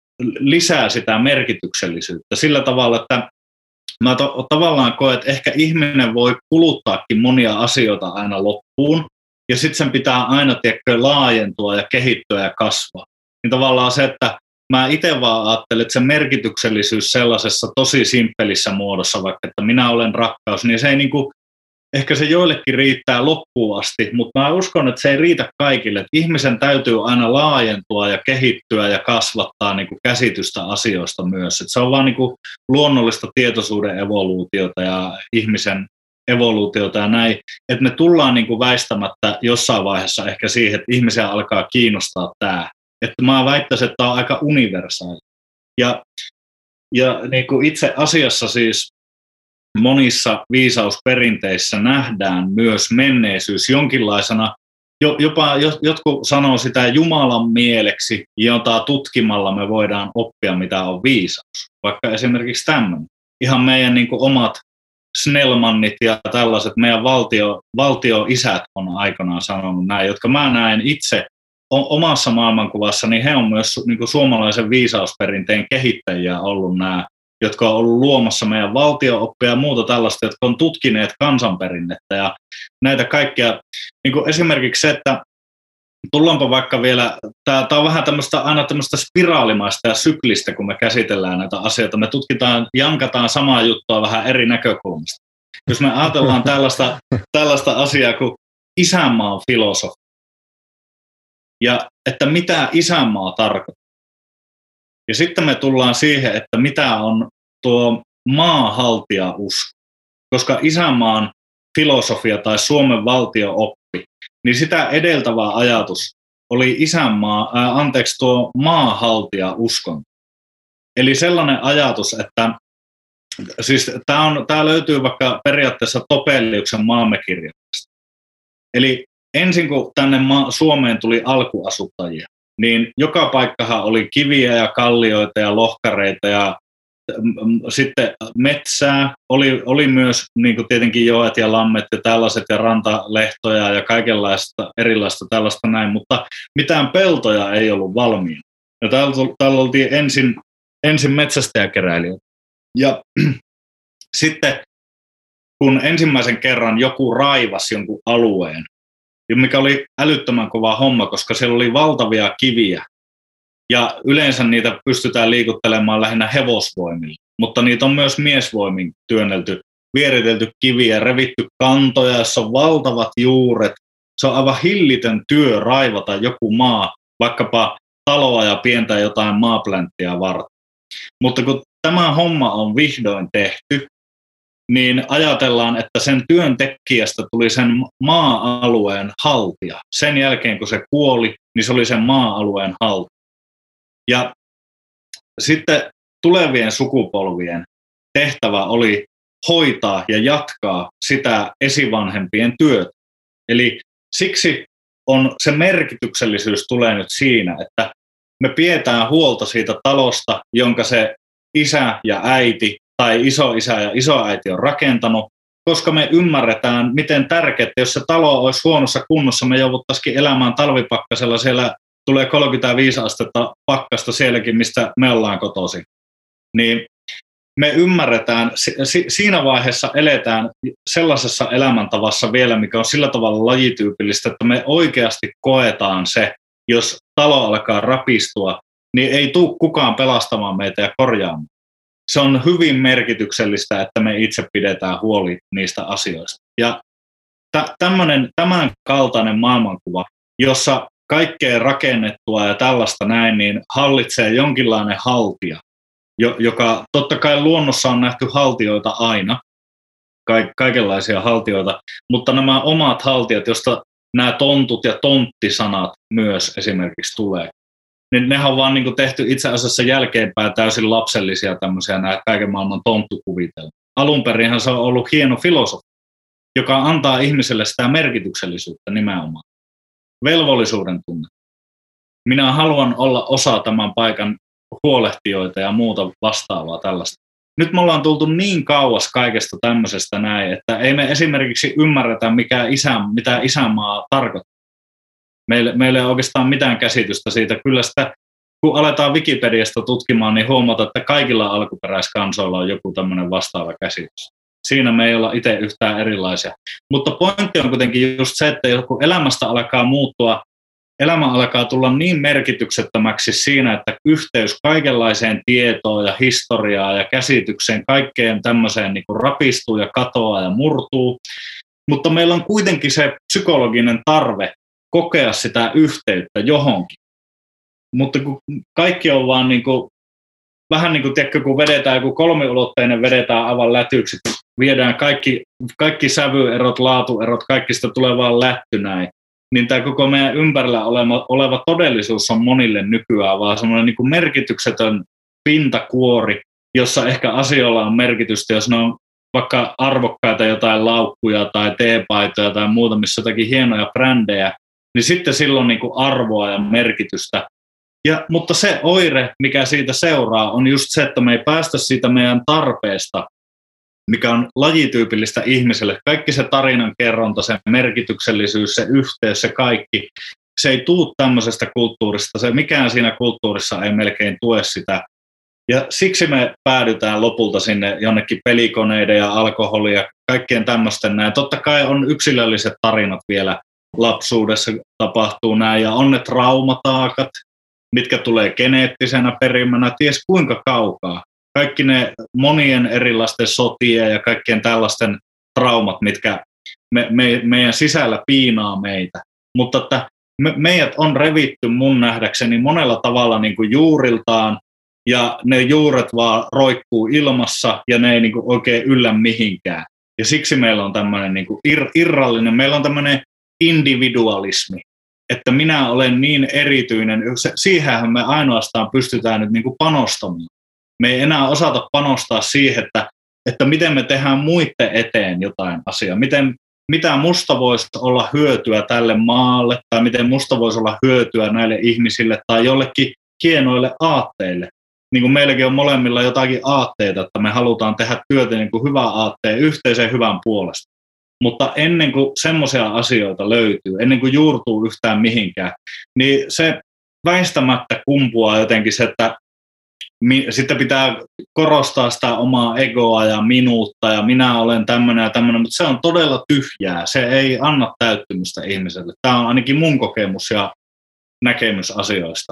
lisää sitä merkityksellisyyttä sillä tavalla, että mä tavallaan koen, että ehkä ihminen voi kuluttaakin monia asioita aina loppuun, ja sitten sen pitää aina laajentua ja kehittyä ja kasvaa. Niin tavallaan se, että mä itse vaan ajattelen, että se merkityksellisyys sellaisessa tosi simppelissä muodossa, vaikka että minä olen rakkaus, niin se ei niinku, ehkä se joillekin riittää loppuun asti, mutta mä uskon, että se ei riitä kaikille. Että ihmisen täytyy aina laajentua ja kehittyä ja kasvattaa niinku käsitystä asioista myös. Että se on vaan niinku luonnollista tietoisuuden evoluutiota ja ihmisen evoluutiota ja näin, että me tullaan niinku väistämättä jossain vaiheessa ehkä siihen, että ihmisiä alkaa kiinnostaa tämä. Että mä väittäisin, että tämä on aika universaali. Ja niin kuin itse asiassa siis monissa viisausperinteissä nähdään myös menneisyys jonkinlaisena, jopa jotkut sanoo sitä Jumalan mieleksi, jota tutkimalla me voidaan oppia, mitä on viisaus. Vaikka esimerkiksi tämmöinen. Ihan meidän niin kuin omat Snellmannit ja tällaiset meidän valtioisät on aikanaan sanonut näin, jotka mä näen itse omassa maailmankuvassa, niin he on myös niin kuin suomalaisen viisausperinteen kehittäjiä ollut nämä, jotka on ollut luomassa meidän valtio-oppia ja muuta tällaista, jotka on tutkineet kansanperinnettä ja näitä kaikkia. Niin kuin esimerkiksi se, että tullaanpa vaikka vielä, tämä on vähän aina tämmöistä spiraalimaista ja syklistä, kun me käsitellään näitä asioita. Me jankataan samaa juttua vähän eri näkökulmasta. Jos me ajatellaan tällaista asiaa kuin isänmaan filosofia, ja että mitä isänmaa tarkoittaa. Ja sitten me tullaan siihen, että mitä on tuo maahaltijausko, koska isänmaan filosofia tai Suomen valtio-oppi, niin sitä edeltävä ajatus oli tuo maahaltijauskonto. Eli sellainen ajatus, että siis tämä löytyy vaikka periaatteessa Topeliuksen Maamme-kirjoituksesta. Eli ensin kun tänne Suomeen tuli alkuasuttajia, niin joka paikkahan oli kiviä ja kallioita ja lohkareita ja sitten metsää, oli myös niin kuin tietenkin joet ja lammet ja tällaiset ja rantalehtoja ja kaikenlaista erilaista tällaista näin, mutta mitään peltoja ei ollut valmiina. Ja täällä oltiin ensin metsästäjäkeräilijöitä. Ja sitten kun ensimmäisen kerran joku raivasi jonkun alueen, mikä oli älyttömän kova homma, koska siellä oli valtavia kiviä, ja yleensä niitä pystytään liikuttelemaan lähinnä hevosvoimilla, mutta niitä on myös miesvoimin työnnelty, vieritelty kiviä, revitty kantoja, jossa on valtavat juuret. Se on aivan hillitön työ raivata joku maa, vaikkapa taloa ja pientä jotain maaplänttiä varten. Mutta kun tämä homma on vihdoin tehty, niin ajatellaan, että sen työntekijästä tuli sen maa-alueen haltija. Sen jälkeen, kun se kuoli, niin se oli sen maa-alueen haltija. Ja sitten tulevien sukupolvien tehtävä oli hoitaa ja jatkaa sitä esivanhempien työtä. Eli siksi se merkityksellisyys tulee nyt siinä, että me pidetään huolta siitä talosta, jonka se isä ja äiti tai isoisä ja isoäiti on rakentanut, koska me ymmärretään, miten tärkeää, jos se talo olisi huonossa kunnossa, me jouduttaisiin elämään talvipakkasella, siellä tulee 35 astetta pakkasta sielläkin, mistä me ollaan kotoisin. Niin me ymmärretään, siinä vaiheessa eletään sellaisessa elämäntavassa vielä, mikä on sillä tavalla lajityypillistä, että me oikeasti koetaan se, jos talo alkaa rapistua, niin ei tule kukaan pelastamaan meitä ja korjaamaan. Se on hyvin merkityksellistä, että me itse pidetään huoli niistä asioista. Ja tämän kaltainen maailmankuva, jossa kaikkea rakennettua ja tällaista näin, niin hallitsee jonkinlainen haltija, joka totta kai luonnossa on nähty haltijoita aina, kaikenlaisia haltijoita, mutta nämä omat haltijat, joista nämä tontut ja tonttisanat myös esimerkiksi tulee, niin nehän on vaan niin kuin tehty itse asiassa jälkeenpäin täysin lapsellisia tämmöisiä nämä kaiken maailman tonttukuvitelmia. Alun perinhan se on ollut hieno filosofi, joka antaa ihmiselle sitä merkityksellisyyttä nimenomaan. Velvollisuuden tunne. Minä haluan olla osa tämän paikan huolehtijoita ja muuta vastaavaa tällaista. Nyt me ollaan tultu niin kauas kaikesta tämmöisestä näin, että ei me esimerkiksi ymmärretä, mitä isänmaa tarkoittaa. Meillä ei ole oikeastaan mitään käsitystä siitä. Kyllä sitä, kun aletaan Wikipediasta tutkimaan, niin huomataan, että kaikilla alkuperäiskansoilla on joku tämmöinen vastaava käsitys. Siinä me ei olla itse yhtään erilaisia. Mutta pointti on kuitenkin just se, että kun elämästä alkaa muuttua, elämä alkaa tulla niin merkityksettömäksi siinä, että yhteys kaikenlaiseen tietoon ja historiaan ja käsitykseen, kaikkeen tämmöiseen niin kuin rapistuu ja katoaa ja murtuu. Mutta meillä on kuitenkin se psykologinen tarve kokea sitä yhteyttä johonkin. Mutta kun kaikki on vaan niin kuin, vähän niin kuin tiedätkö, kun vedetään joku kolmiulotteinen, vedetään aivan lätyksi, viedään kaikki sävyerot, laatuerot, kaikista tulee vaan lätty näin. Niin tämä koko meidän ympärillä oleva todellisuus on monille nykyään vaan semmoinen niin kuin merkityksetön pintakuori, jossa ehkä asioilla on merkitystä, jos ne on vaikka arvokkaita jotain laukkuja tai teepaitoja tai muuta, missä jotakin hienoja brändejä, niin sitten silloin niin kuin arvoa ja merkitystä. Mutta se oire, mikä siitä seuraa, on just se, että me ei päästä siitä meidän tarpeesta, mikä on lajityypillistä ihmiselle. Kaikki se tarinan kerronta, se merkityksellisyys, se yhteys, se kaikki, se ei tule tämmöisestä kulttuurista. Se mikään siinä kulttuurissa ei melkein tue sitä. Ja siksi me päädytään lopulta sinne jonnekin pelikoneiden ja alkoholia ja kaikkien tämmöisten näin. Totta kai on yksilölliset tarinat vielä lapsuudessa tapahtuu näin ja on ne traumataakat, mitkä tulee geneettisenä perimänä, ties kuinka kaukaa. Kaikki ne monien erilaisten sotien ja kaikkien tällaisten traumat, mitkä meidän sisällä piinaa meitä. Mutta että meidät on revitty mun nähdäkseni monella tavalla niin kuin juuriltaan, ja ne juuret vaan roikkuu ilmassa, ja ne ei niin kuin oikein yllä mihinkään. Ja siksi meillä on tämmöinen niin kuin irrallinen, meillä on tämmöinen individualismi, että minä olen niin erityinen, siihenhän me ainoastaan pystytään nyt niin kuin panostamaan. Me ei enää osata panostaa siihen, että miten me tehdään muiden eteen jotain asiaa, mitä musta voisi olla hyötyä tälle maalle, tai miten musta voisi olla hyötyä näille ihmisille, tai jollekin hienoille aatteille. Niin kuin meilläkin on molemmilla jotakin aatteita, että me halutaan tehdä työtä niin kuin hyvän aatteen yhteisen hyvän puolesta. Mutta ennen kuin semmoisia asioita löytyy, ennen kuin juurtuu yhtään mihinkään, niin se väistämättä kumpuaa jotenkin se, että sitten pitää korostaa sitä omaa egoa ja minuutta ja minä olen tämmöinen ja tämmöinen, mutta se on todella tyhjää. Se ei anna täyttymystä ihmiselle. Tämä on ainakin mun kokemus ja näkemys asioista.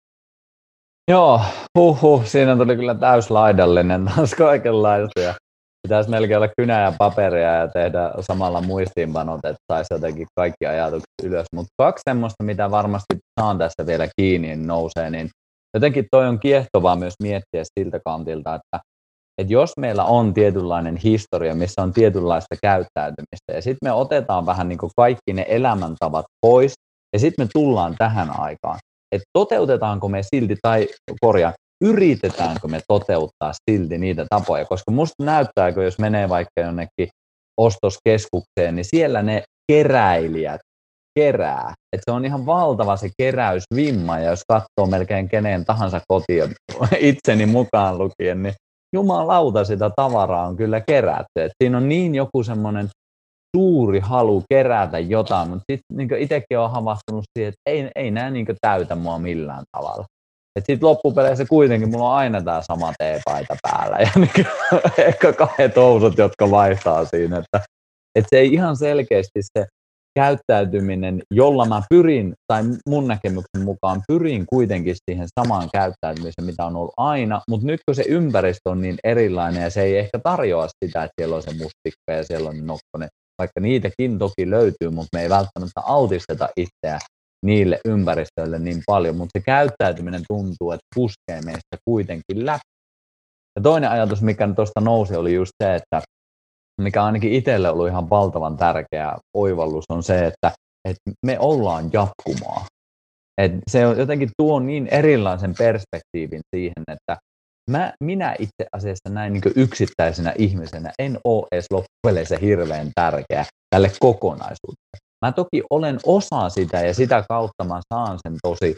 Joo, siinä tuli kyllä täyslaidallinen taas kaikenlaista. Pitäisi melkein olla kynä ja paperia ja tehdä samalla muistiinpanot, että saisi jotenkin kaikki ajatukset ylös. Mutta kaksi semmoista, mitä varmasti saan tässä vielä kiinni, nousee, niin jotenkin toi on kiehtovaa myös miettiä siltä kantilta, että jos meillä on tietynlainen historia, missä on tietynlaista käyttäytymistä, ja sitten me otetaan vähän niin kuin kaikki ne elämäntavat pois, ja sitten me tullaan tähän aikaan, että toteutetaanko me silti, tai yritetäänkö me toteuttaa silti niitä tapoja, koska musta näyttää, kun jos menee vaikka jonnekin ostoskeskukseen, niin siellä ne keräilijät kerää. Et se on ihan valtava se keräysvimma, ja jos katsoo melkein kenen tahansa kotia, itseni mukaan lukien, niin jumalauta sitä tavaraa on kyllä kerätty. Et siinä on niin joku semmoinen suuri halu kerätä jotain, mutta sitten niin itsekin olen havahtunut siihen, että ei nämä niin täytä mua millään tavalla. Sitten loppupeleissä kuitenkin mulla on aina tämä sama teepaita päällä ja niin ehkä 2 housut, jotka vaihtaa siinä. Että se ei ihan selkeästi se käyttäytyminen, jolla mä pyrin, tai mun näkemyksen mukaan pyrin kuitenkin siihen samaan käyttäytymiseen, mitä on ollut aina, mutta nyt kun se ympäristö on niin erilainen ja se ei ehkä tarjoa sitä, että siellä on se mustikka ja siellä on nokkonen, vaikka niitäkin toki löytyy, mutta me ei välttämättä altisteta itseä niille ympäristöille niin paljon, mutta se käyttäytyminen tuntuu, että puskee meistä kuitenkin läpi. Ja toinen ajatus, mikä tuosta nousi, oli just se, että mikä ainakin itselle on ollut ihan valtavan tärkeä oivallus, on se, että me ollaan jatkumoa. Et se on jotenkin tuo niin erilaisen perspektiivin siihen, että minä itse asiassa näin niin yksittäisenä ihmisenä en ole edes loppupeleissä hirveän tärkeä tälle kokonaisuudelle. Mä toki olen osa sitä ja sitä kautta mä saan sen tosi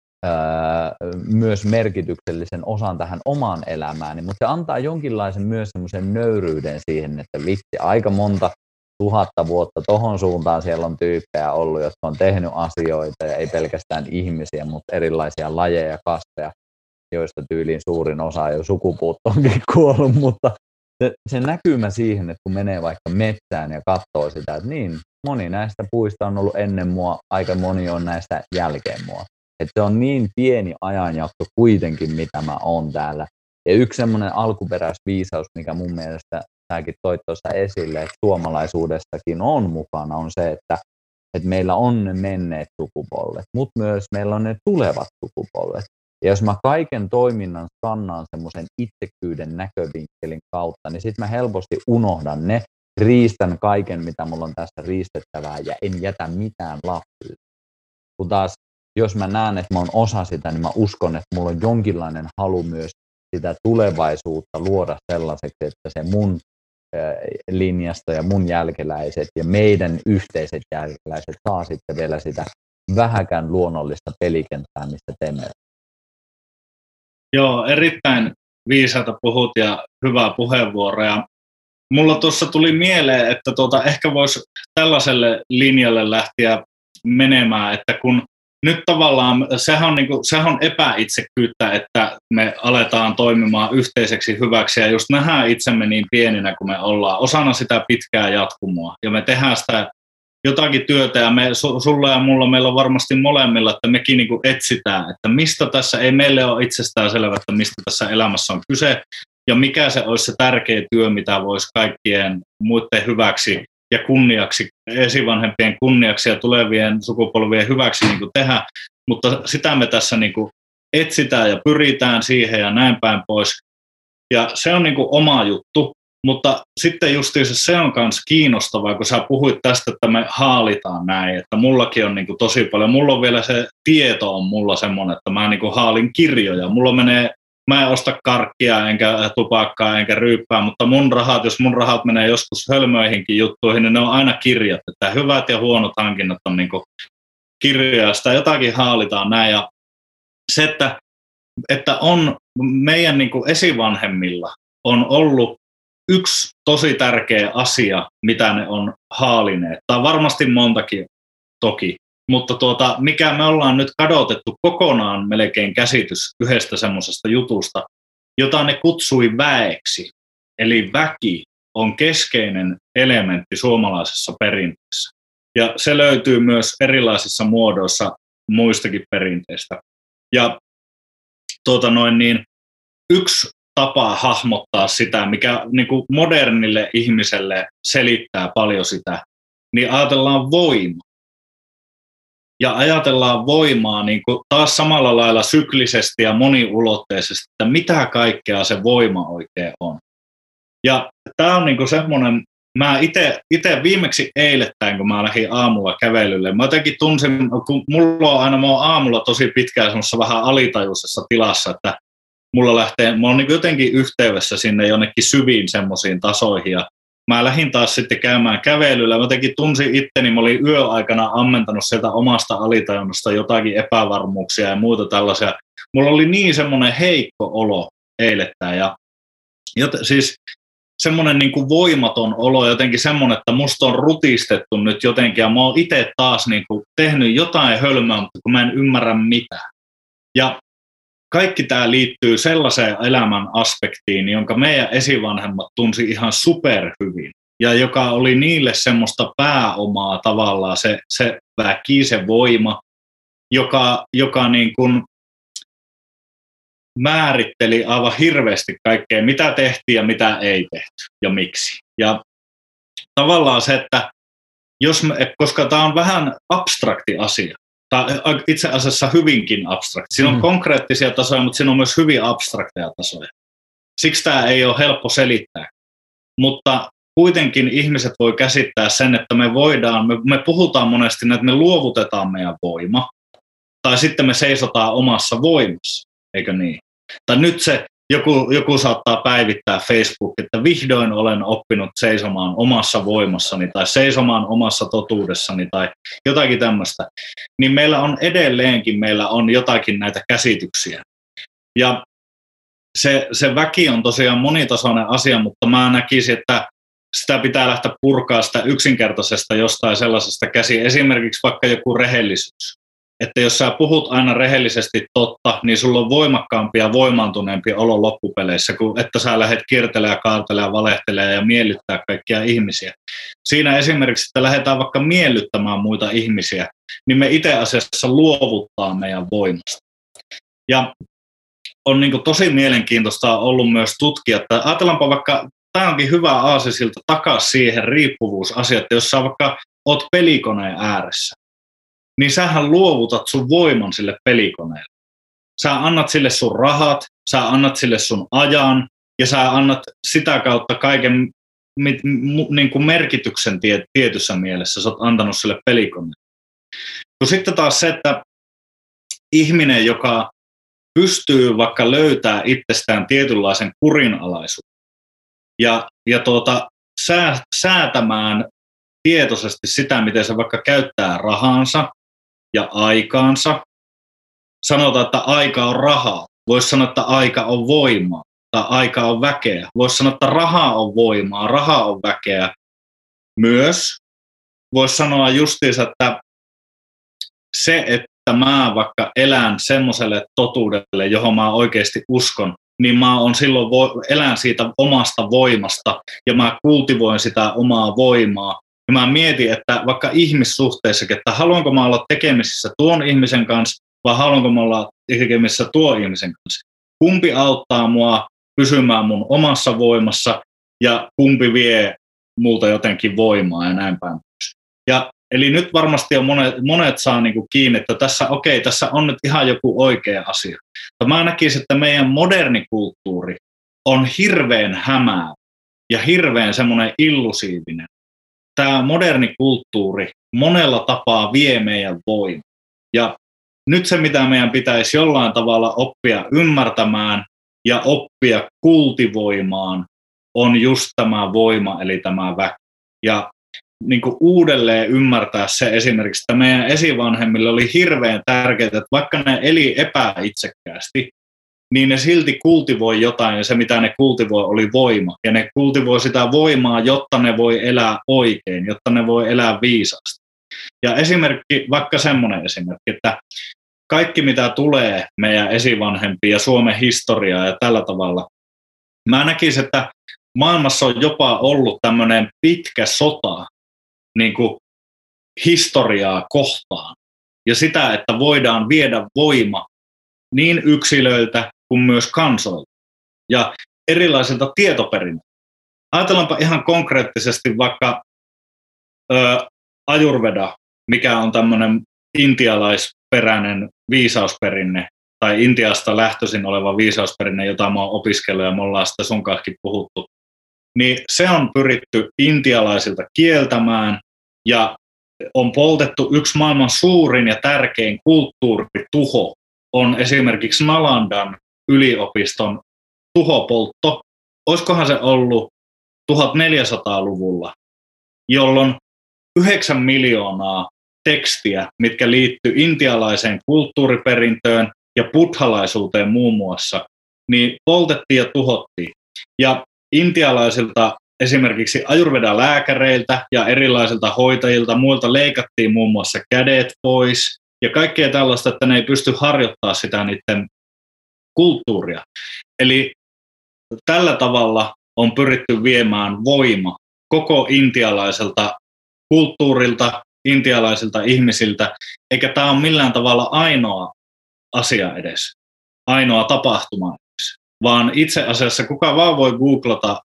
myös merkityksellisen osan tähän omaan elämääni, mutta se antaa jonkinlaisen myös semmoisen nöyryyden siihen, että vitsi, aika monta 1000 vuotta tohon suuntaan siellä on tyyppejä ollut, jotka on tehnyt asioita ja ei pelkästään ihmisiä, mutta erilaisia lajeja ja kasveja, joista tyyliin suurin osa jo sukupuuttoonkin kuollut, mutta se näkymä siihen, että kun menee vaikka metsään ja katsoo sitä, että niin, moni näistä puista on ollut ennen mua, aika moni on näistä jälkeen mua. Että se on niin pieni ajanjakso kuitenkin, mitä mä oon täällä. Ja yksi semmoinen alkuperäisviisaus, mikä mun mielestä säkin toit tuossa esille, että suomalaisuudessakin on mukana, on se, että meillä on ne menneet sukupolvet, mutta myös meillä on ne tulevat sukupolvet. Ja jos mä kaiken toiminnan skannaan semmoisen itsekyyden näkövinkkelin kautta, niin sitten mä helposti unohdan ne, riistän kaiken, mitä mulla on tässä riistettävää ja en jätä mitään lapsille. Kun taas, jos mä näen, että mä oon osa sitä, niin mä uskon, että mulla on jonkinlainen halu myös sitä tulevaisuutta luoda sellaiseksi, että se mun linjasta ja mun jälkeläiset ja meidän yhteiset jälkeläiset saa sitten vielä sitä vähäkään luonnollista pelikenttää, mistä teemme. Joo, erittäin viisaita puhut ja hyvää puheenvuoroa. Mulla tuossa tuli mieleen, että ehkä voisi tällaiselle linjalle lähteä menemään, että kun nyt tavallaan sehän on epäitsekkyyttä, että me aletaan toimimaan yhteiseksi hyväksi ja just nähdään itsemme niin pieninä kuin me ollaan osana sitä pitkää jatkumoa ja me tehdään sitä jotakin työtä ja sulla ja mulla meillä on varmasti molemmilla, että mekin niin kuin etsitään, että mistä tässä ei meille ole itsestään selvä, että mistä tässä elämässä on kyse ja mikä se olisi se tärkeä työ, mitä voisi kaikkien muiden hyväksi ja kunniaksi, esivanhempien kunniaksi ja tulevien sukupolvien hyväksi niin kuin tehdä, mutta sitä me tässä niin kuin etsitään ja pyritään siihen ja näin päin pois. Ja se on niin kuin oma juttu, mutta sitten justiinsa se on myös kiinnostavaa, kun sä puhuit tästä, että me haalitaan näin, että mullakin on niin kuin tosi paljon, mulla on vielä se tieto on mulla semmoinen, että mä niin kuin haalin kirjoja, mä en osta karkkia, enkä tupakkaa, enkä ryyppää, mutta jos mun rahat menee joskus hölmöihinkin juttuihin, niin ne on aina kirjat, että hyvät ja huonot hankinnat on niin kuin kirjoja, sitä jotakin haalitaan näin, ja se, että on meidän niin kuin esivanhemmilla on ollut yksi tosi tärkeä asia, mitä ne on haalineet. Tämä on varmasti montakin toki, mutta mikä me ollaan nyt kadotettu kokonaan melkein käsitys yhdestä semmoisesta jutusta, jota ne kutsui väeksi. Eli väki on keskeinen elementti suomalaisessa perinteessä. Ja se löytyy myös erilaisissa muodoissa muistakin perinteistä. Ja yksi tapa hahmottaa sitä, mikä niin kuin modernille ihmiselle selittää paljon sitä, niin ajatellaan voima. Ja ajatellaan voimaa niin kuin taas samalla lailla syklisesti ja moniulotteisesti, että mitä kaikkea se voima oikein on. Ja tämä on niin kuin semmoinen, mä itse viimeksi eilettäin, kun mä lähdin aamulla kävelylle, mä jotenkin tunsin, kun mä oon aamulla tosi pitkään semmoisessa vähän alitajuisessa tilassa, että mä oon niin jotenkin yhteydessä sinne jonnekin syviin semmoisiin tasoihin, ja mä lähdin taas sitten käymään kävelyllä, mä jotenkin tunsin itteni, mä olin yöaikana ammentanut sieltä omasta alitajunnasta jotakin epävarmuuksia ja muuta tällaisia. Mulla oli niin semmoinen heikko olo eilettäin, ja siis semmoinen niin kuin voimaton olo, jotenkin semmoinen, että musta on rutistettu nyt jotenkin, ja mä oon itse taas niin kuin tehnyt jotain hölmöä, mutta kun mä en ymmärrä mitään. Ja kaikki tämä liittyy sellaiseen elämän aspektiin, jonka meidän esivanhemmat tunsi ihan superhyvin, ja joka oli niille semmoista pääomaa tavallaan, se väki, se voima, joka niin kuin määritteli aivan hirveästi kaikkea, mitä tehtiin ja mitä ei tehty ja miksi. Ja tavallaan se, että koska tämä on vähän abstrakti asia, tai itse asiassa hyvinkin abstrakti. Siinä on konkreettisia tasoja, mutta siinä on myös hyvin abstrakteja tasoja. Siksi tämä ei ole helppo selittää. Mutta kuitenkin ihmiset voi käsittää sen, että me puhutaan monesti, että me luovutetaan meidän voima, tai sitten me seisotaan omassa voimassa, eikö niin? Tai nyt joku saattaa päivittää Facebook, että vihdoin olen oppinut seisomaan omassa voimassani tai seisomaan omassa totuudessani tai jotakin tämmöistä. Niin meillä on jotakin näitä käsityksiä. Ja se väki on tosiaan monitasoinen asia, mutta mä näkisin, että sitä pitää lähteä purkaa sitä yksinkertaisesta jostain sellaisesta käsin. Esimerkiksi vaikka joku rehellisyys. Että jos sä puhut aina rehellisesti totta, niin sulla on voimakkaampi ja voimaantuneempi olo loppupeleissä, kuin että sä lähdet kiertelemään, kaartelemaan, valehtelemaan ja miellyttää kaikkia ihmisiä. Siinä esimerkiksi, että lähdetään vaikka miellyttämään muita ihmisiä, niin me itse asiassa luovuttaa meidän voimasta. Ja on niin kuin tosi mielenkiintoista ollut myös tutkia, että ajatellaanpa vaikka, tämä onkin hyvä aasisilta takaisin siihen riippuvuusasiaan, että jos sä vaikka oot pelikoneen ääressä, niin sähän luovutat sun voiman sille pelikoneelle. Sä annat sille sun rahat, sä annat sille sun ajan, ja sä annat sitä kautta kaiken niin kuin merkityksen tietyssä mielessä. Sä oot antanut sille pelikoneelle. No sitten taas se, että ihminen, joka pystyy vaikka löytää itsestään tietynlaisen kurinalaisuuden ja säätämään tietoisesti sitä, miten se vaikka käyttää rahansa ja aikaansa. Sanotaan, että aika on rahaa. Voisi sanoa, että aika on voimaa tai aika on väkeä. Voisi sanoa, että raha on voimaa, raha on väkeä. Myös voisi sanoa justiinsa, että se, että mä vaikka elän semmoiselle totuudelle, johon mä oikeasti uskon, niin mä on silloin elän siitä omasta voimasta ja mä kultivoin sitä omaa voimaa. Ja mä mietin, että vaikka ihmissuhteissakin, että haluanko mä olla tekemisissä tuon ihmisen kanssa vai haluanko mä olla tekemisissä tuon ihmisen kanssa. Kumpi auttaa mua pysymään mun omassa voimassa ja kumpi vie multa jotenkin voimaa ja näin päin. Ja eli nyt varmasti on monet saa niinku kiinni, että tässä on nyt ihan joku oikea asia. Mutta mä näkisin, että meidän moderni kulttuuri on hirveän hämää ja hirveän semmoinen illusiivinen. Tämä moderni kulttuuri monella tapaa vie meidän voimaa. Ja nyt se, mitä meidän pitäisi jollain tavalla oppia ymmärtämään ja oppia kultivoimaan, on just tämä voima, eli tämä väki. Ja niin kuin uudelleen ymmärtää se esimerkiksi, että meidän esivanhemmille oli hirveän tärkeää, että vaikka ne eli epäitsekkäästi, niin ne silti kultivoi jotain, ja se mitä ne kultivoi oli voima. Ja ne kultivoi sitä voimaa, jotta ne voi elää oikein, jotta ne voi elää viisaasti. Ja esimerkki, vaikka semmoinen esimerkki, että kaikki mitä tulee meidän esivanhempiin ja Suomen historiaa ja tällä tavalla, mä näkisin, että maailmassa on jopa ollut tämmöinen pitkä sota niin kuin historiaa kohtaan. Ja sitä, että voidaan viedä voima niin yksilöiltä kuin myös kansoilta ja erilaisilta tietoperinnöiltä. Ajatellaanpa ihan konkreettisesti vaikka Ayurveda, mikä on tämmöinen intialaisperäinen viisausperinne tai Intiasta lähtöisin oleva viisausperinne, jota mä oon opiskellut ja me ollaan sitä sun kanssa puhuttu, niin se on pyritty intialaisilta kieltämään ja on poltettu yksi maailman suurin ja tärkein kulttuurituho on esimerkiksi Nalandan yliopiston tuhopoltto. Olisikohan se ollut 1400-luvulla, jolloin 9 miljoonaa tekstiä, mitkä liittyy intialaiseen kulttuuriperintöön ja buddhalaisuuteen muun muassa, niin poltettiin ja tuhottiin. Ja intialaisilta esimerkiksi Ayurveda-lääkäreiltä ja erilaisilta hoitajilta muilta leikattiin muun muassa kädet pois ja kaikkea tällaista, että ne ei pysty harjoittamaan sitä niiden kulttuuria. Eli tällä tavalla on pyritty viemään voima koko intialaiselta kulttuurilta, intialaisilta ihmisiltä, eikä tämä ole millään tavalla ainoa asia edes, ainoa tapahtuma edes, vaan itse asiassa kuka vaan voi googlata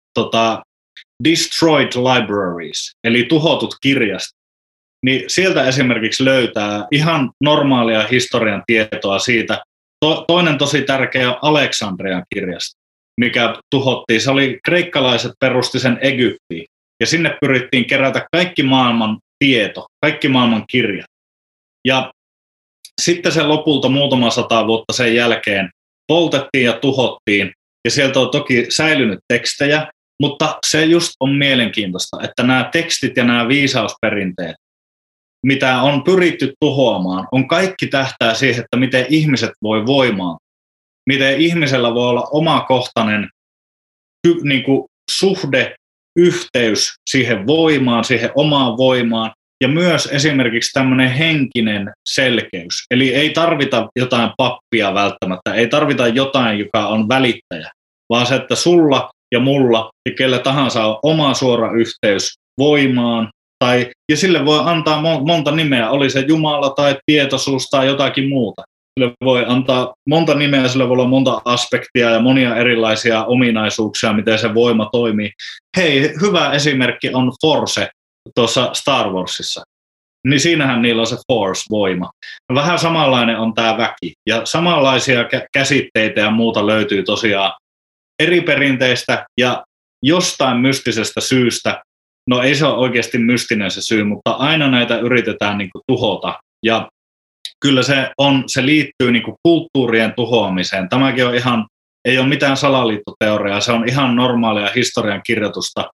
Destroyed Libraries, eli tuhotut kirjastot, niin sieltä esimerkiksi löytää ihan normaalia historian tietoa siitä. Toinen tosi tärkeä on Aleksandrian kirjasto, mikä tuhottiin. Se oli kreikkalaiset perusti sen Egyptiin, ja sinne pyrittiin kerätä kaikki maailman tieto, kaikki maailman kirjat. Ja sitten se lopulta muutama 100 vuotta sen jälkeen poltettiin ja tuhottiin, ja sieltä on toki säilynyt tekstejä, mutta se just on mielenkiintoista, että nämä tekstit ja nämä viisausperinteet, mitä on pyritty tuhoamaan, on kaikki tähtää siihen, että miten ihmiset voi voimaan, miten ihmisellä voi olla omakohtainen niin kuin suhde, yhteys siihen voimaan, siihen omaan voimaan, ja myös esimerkiksi tämmöinen henkinen selkeys. Eli ei tarvita jotain pappia välttämättä, ei tarvita jotain, joka on välittäjä, vaan se, että sulla ja mulla ja kellä tahansa on oma suora yhteys voimaan, ja sille voi antaa monta nimeä, oli se Jumala tai tietoisuus tai jotakin muuta. Sille voi antaa monta nimeä, sille voi olla monta aspektia ja monia erilaisia ominaisuuksia, miten se voima toimii. Hei, hyvä esimerkki on Force tuossa Star Warsissa. Niin siinähän niillä on se Force-voima. Vähän samanlainen on tämä väki. Ja samanlaisia käsitteitä ja muuta löytyy tosiaan eri perinteistä ja jostain mystisestä syystä. No ei se ole oikeasti mystinen se syy, mutta aina näitä yritetään niin kuin tuhota. Ja kyllä se liittyy niin kuin kulttuurien tuhoamiseen. Tämäkin on ei ole mitään salaliittoteoriaa, se on ihan normaalia historian kirjoitusta.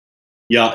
Ja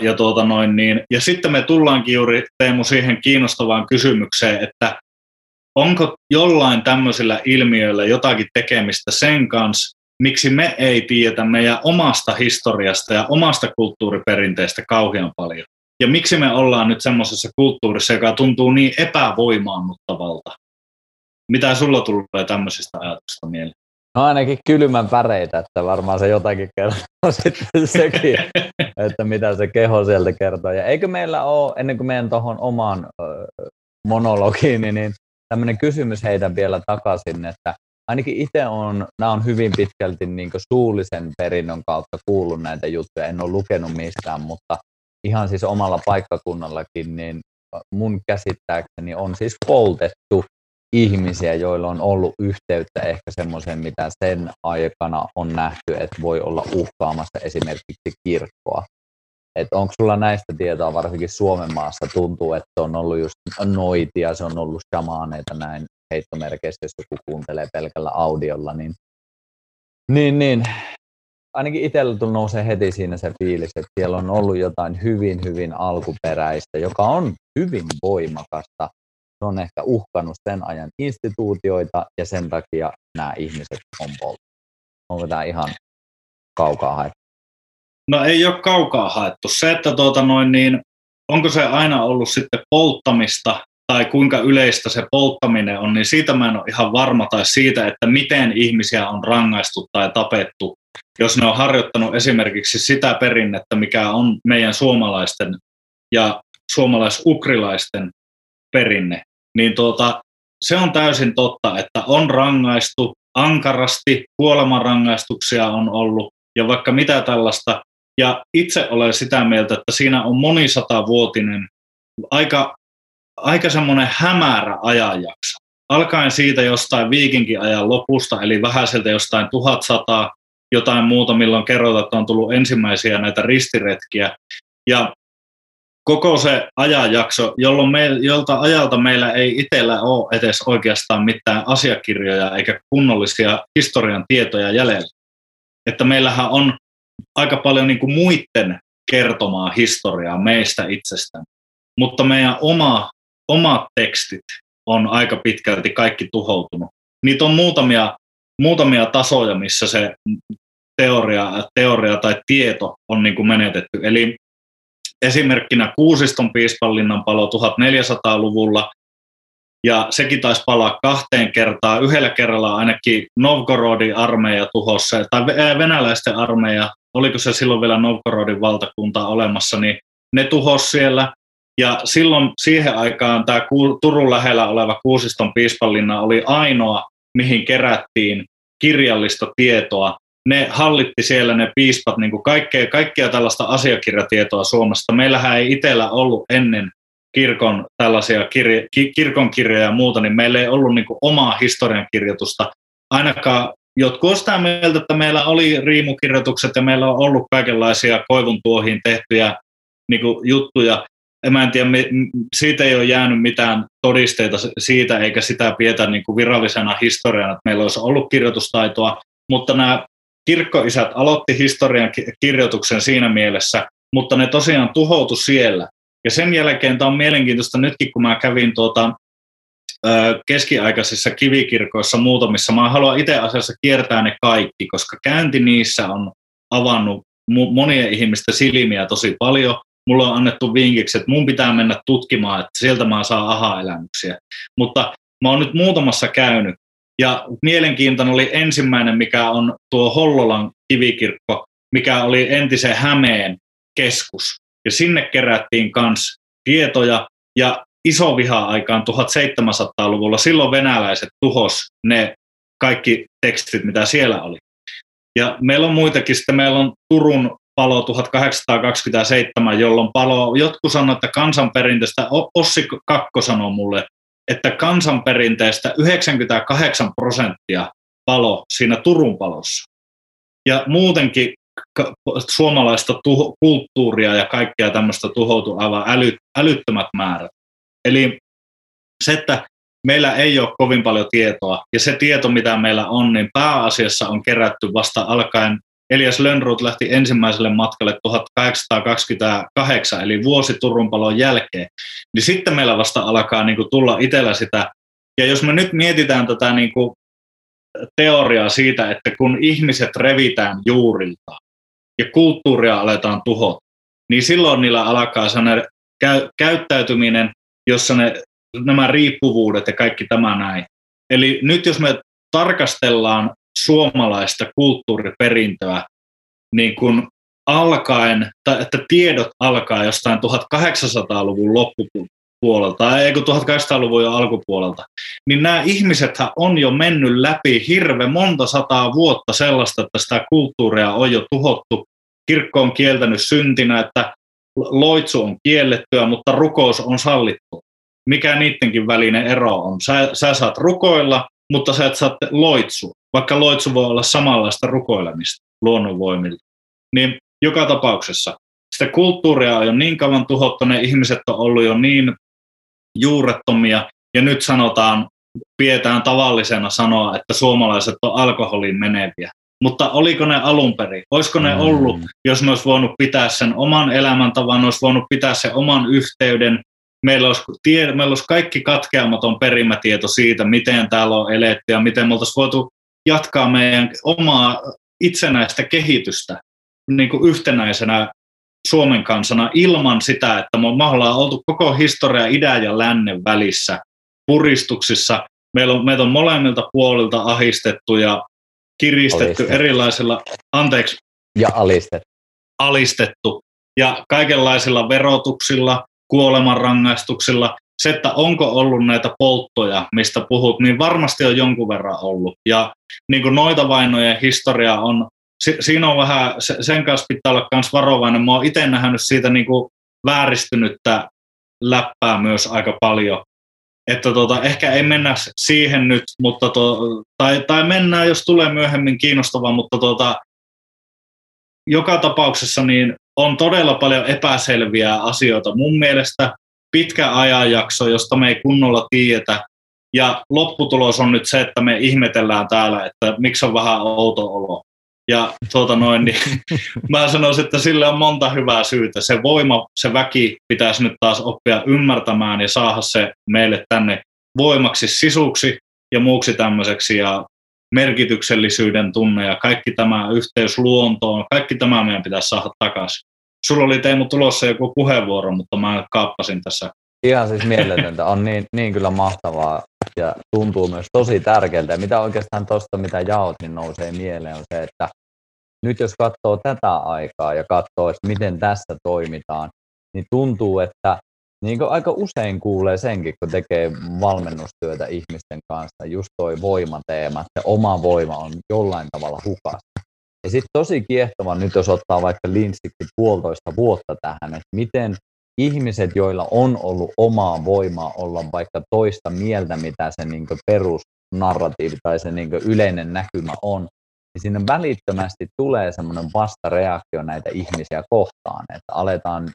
sitten me tullaankin juuri, Teemu, siihen kiinnostavaan kysymykseen, että onko jollain tämmöisillä ilmiöillä jotakin tekemistä sen kanssa, miksi me ei tiedetä meidän omasta historiasta ja omasta kulttuuriperinteestä kauhean paljon. Ja miksi me ollaan nyt semmoisessa kulttuurissa, joka tuntuu niin epävoimaannuttavalta. Mitä sulla tulee tämmöisistä ajatuksista mieleen? No ainakin kylmän väreitä, että varmaan se jotakin kertoo sitten sekin, että mitä se keho sieltä kertoo. Ja eikö meillä ole, ennen kuin meidän tuohon omaan monologiin, niin tämmöinen kysymys heidän vielä takaisin, että ainakin itse nämä on hyvin pitkälti niin kuin suullisen perinnön kautta kuullut näitä juttuja, en ole lukenut mistään, mutta ihan siis omalla paikkakunnallakin, niin mun käsittääkseni on siis poltettu ihmisiä, joilla on ollut yhteyttä ehkä semmoisen, mitä sen aikana on nähty, että voi olla uhkaamassa esimerkiksi kirkkoa. Että onko sulla näistä tietoa, varsinkin Suomen maassa tuntuu, että on ollut just noitia, se on ollut shamaaneita näin heittomerkeissä, jos joku kuuntelee pelkällä audiolla, niin ainakin itsellä nousee heti siinä se fiilis, että siellä on ollut jotain hyvin, hyvin alkuperäistä, joka on hyvin voimakasta. Se on ehkä uhkannut sen ajan instituutioita ja sen takia nämä ihmiset on poltettu. Onko tämä ihan kaukaa haettu? No ei ole kaukaa haettu. Se, että onko se aina ollut sitten polttamista tai kuinka yleistä se polttaminen on, niin siitä mä en ole ihan varma, tai siitä, että miten ihmisiä on rangaistu tai tapettu, jos ne on harjoittanut esimerkiksi sitä perinnettä, mikä on meidän suomalaisten ja suomalais-ukrilaisten perinne, niin se on täysin totta, että on rangaistu ankarasti, kuolemanrangaistuksia on ollut ja vaikka mitä tällaista. Ja itse olen sitä mieltä, että siinä on monisatavuotinen, aika semmoinen hämärä ajanjakso. Alkaen siitä jostain viikinkiajan lopusta, eli vähäiseltä jostain 1100, jotain muuta, milloin kerrotaan, että on tullut ensimmäisiä näitä ristiretkiä. Ja koko se ajanjakso, jolta ajalta meillä ei itsellä ole edes oikeastaan mitään asiakirjoja eikä kunnollisia historian tietoja jäljellä. Että meillähän on aika paljon niin kuin muiden kertomaa historiaa meistä itsestään, mutta meidän omat tekstit on aika pitkälti kaikki tuhoutunut. Niitä on muutamia tasoja, missä se teoria tai tieto on niin kuin menetetty. Eli esimerkkinä Kuusiston piispanlinnan palo 1400-luvulla, ja sekin taisi palaa 2 kertaa. Yhdellä kerralla ainakin Novgorodin armeija tuhosi, tai venäläisten armeija, oliko se silloin vielä Novgorodin valtakunta olemassa, niin ne tuhosi siellä. Ja silloin siihen aikaan tämä Turun lähellä oleva Kuusiston piispanlinna oli ainoa, mihin kerättiin kirjallista tietoa. Ne hallitti siellä ne piispat niin kuin kaikkea tällaista asiakirjatietoa Suomesta. Meillähän ei itsellä ollut ennen kirkon tällaisia kirkonkirjoja ja muuta, niin meillä ei ollut niin kuin omaa historiankirjoitusta. Ainakaan jotkut ovat sitä mieltä, että meillä oli riimukirjoitukset ja meillä on ollut kaikenlaisia koivun tuohiin tehtyjä niin kuin juttuja. Mä en tiedä, siitä ei ole jäänyt mitään todisteita siitä, eikä sitä pidetä niin kuin virallisena historiana, että meillä olisi ollut kirjoitustaitoa, mutta nämä kirkkoisät aloitti historian kirjoituksen siinä mielessä, mutta ne tosiaan tuhoutui siellä. Ja sen jälkeen tämä on mielenkiintoista nytkin, kun mä kävin keskiaikaisissa kivikirkoissa muutamissa. Mä haluan itse asiassa kiertää ne kaikki, koska käynti niissä on avannut monien ihmisten silmiä tosi paljon. Mulla on annettu vinkiksi, että mun pitää mennä tutkimaan, että sieltä mä saan aha-elämyksiä. Mutta mä oon nyt muutamassa käynyt. Ja mielenkiintoinen oli ensimmäinen, mikä on tuo Hollolan kivikirkko, mikä oli entisen Hämeen keskus. Ja sinne kerättiin myös tietoja, ja isoviha-aikaan 1700-luvulla silloin venäläiset tuhos ne kaikki tekstit, mitä siellä oli. Ja meillä on muitakin, sitten meillä on Turun palo 1827, jolloin palo, jotkut sanoivat, että kansanperinteestä, Ossi Kakko sanoi mulle, että kansanperinteestä 98% palo siinä Turun palossa. Ja muutenkin suomalaista kulttuuria ja kaikkea tämmöistä tuhoutui aivan älyttömät määrät. Eli se, että meillä ei ole kovin paljon tietoa, ja se tieto, mitä meillä on, niin pääasiassa on kerätty vasta alkaen. Elias Lönnrot lähti ensimmäiselle matkalle 1828, eli vuosi Turun palon jälkeen. Niin sitten meillä vasta alkaa niin kuin tulla itsellä sitä. Ja jos me nyt mietitään tätä niin kuin teoriaa siitä, että kun ihmiset revitään juurilta ja kulttuuria aletaan tuhota, niin silloin niillä alkaa sellainen käyttäytyminen, jossa nämä riippuvuudet ja kaikki tämä näin. Eli nyt jos me tarkastellaan suomalaista kulttuuriperintöä niin kun alkaen, tai että tiedot alkaa jostain 1800-luvun loppupuolelta, ei kun 1800-luvun jo alkupuolelta, niin nämä ihmisethän on jo mennyt läpi monta sataa vuotta sellaista, että sitä kulttuuria on jo tuhottu. Kirkko on kieltänyt syntinä, että loitsu on kiellettyä, mutta rukous on sallittu. Mikä niidenkin välinen ero on? Sä saat rukoilla, mutta sä et saa loitsu, vaikka loitsu voi olla samanlaista rukoilemista luonnonvoimilta. Niin joka tapauksessa sitä kulttuuria on jo niin kauan tuhottu, ne ihmiset on ollut jo niin juurettomia, ja nyt pidetään tavallisena sanoa, että suomalaiset on alkoholiin meneviä. Mutta oliko ne alun perin? Olisiko ne ollut, jos ne olisi voinut pitää sen oman elämäntavan, ne olisi voinut pitää sen oman yhteyden, meillä olisi kaikki katkeamaton perimätieto siitä, miten täällä on eletty ja miten me oltaisiin voitu jatkaa meidän omaa itsenäistä kehitystä niin kuin yhtenäisenä Suomen kansana ilman sitä, että me ollaan oltu koko historia idän ja lännen välissä puristuksissa. Meitä on molemmilta puolilta ahistettu ja kiristetty erilaisilla, ja alistettu ja kaikenlaisilla verotuksilla, kuolemanrangaistuksilla. Se, että onko ollut näitä polttoja, mistä puhut, niin varmasti on jonkun verran ollut. Ja niin kuin noita vainojen historia on, siinä on vähän, sen kanssa pitää olla myös varovainen. Mä oon itse nähnyt siitä niin kuin vääristynyttä läppää myös aika paljon. Että ehkä ei mennä siihen nyt, mutta tai mennään, jos tulee myöhemmin kiinnostavaa, mutta joka tapauksessa niin on todella paljon epäselviä asioita. Mun mielestä pitkä ajanjakso, josta me ei kunnolla tiedetä, ja lopputulos on nyt se, että me ihmetellään täällä, että miksi on vähän outo olo. Ja niin mä sanoisin, että sille on monta hyvää syytä. Se voima, se väki pitäisi nyt taas oppia ymmärtämään ja saada se meille tänne voimaksi, sisuksi ja muuksi tämmöiseksi ja merkityksellisyyden tunne ja kaikki tämä yhteys luontoon, kaikki tämä meidän pitäisi saada takaisin. Sulla oli Teemu tulossa joku puheenvuoro, mutta mä kaappasin tässä. Ihan siis mieletöntä. On niin kyllä mahtavaa ja tuntuu myös tosi tärkeältä. Ja mitä oikeastaan tuosta, mitä jaot, niin nousee mieleen, on se, että nyt jos katsoo tätä aikaa ja katsoo, että miten tässä toimitaan, niin tuntuu, että niin kuin aika usein kuulee senkin, kun tekee valmennustyötä ihmisten kanssa, just toi voimateema, että se oma voima on jollain tavalla hukassa. Ja sitten tosi kiehtova nyt, jos ottaa vaikka linssiksi 1,5 vuotta tähän, että miten ihmiset, joilla on ollut omaa voimaa olla vaikka toista mieltä, mitä se niin kuin perusnarratiivi tai se niin kuin yleinen näkymä on, niin sinne välittömästi tulee semmoinen vastareaktio näitä ihmisiä kohtaan, että aletaan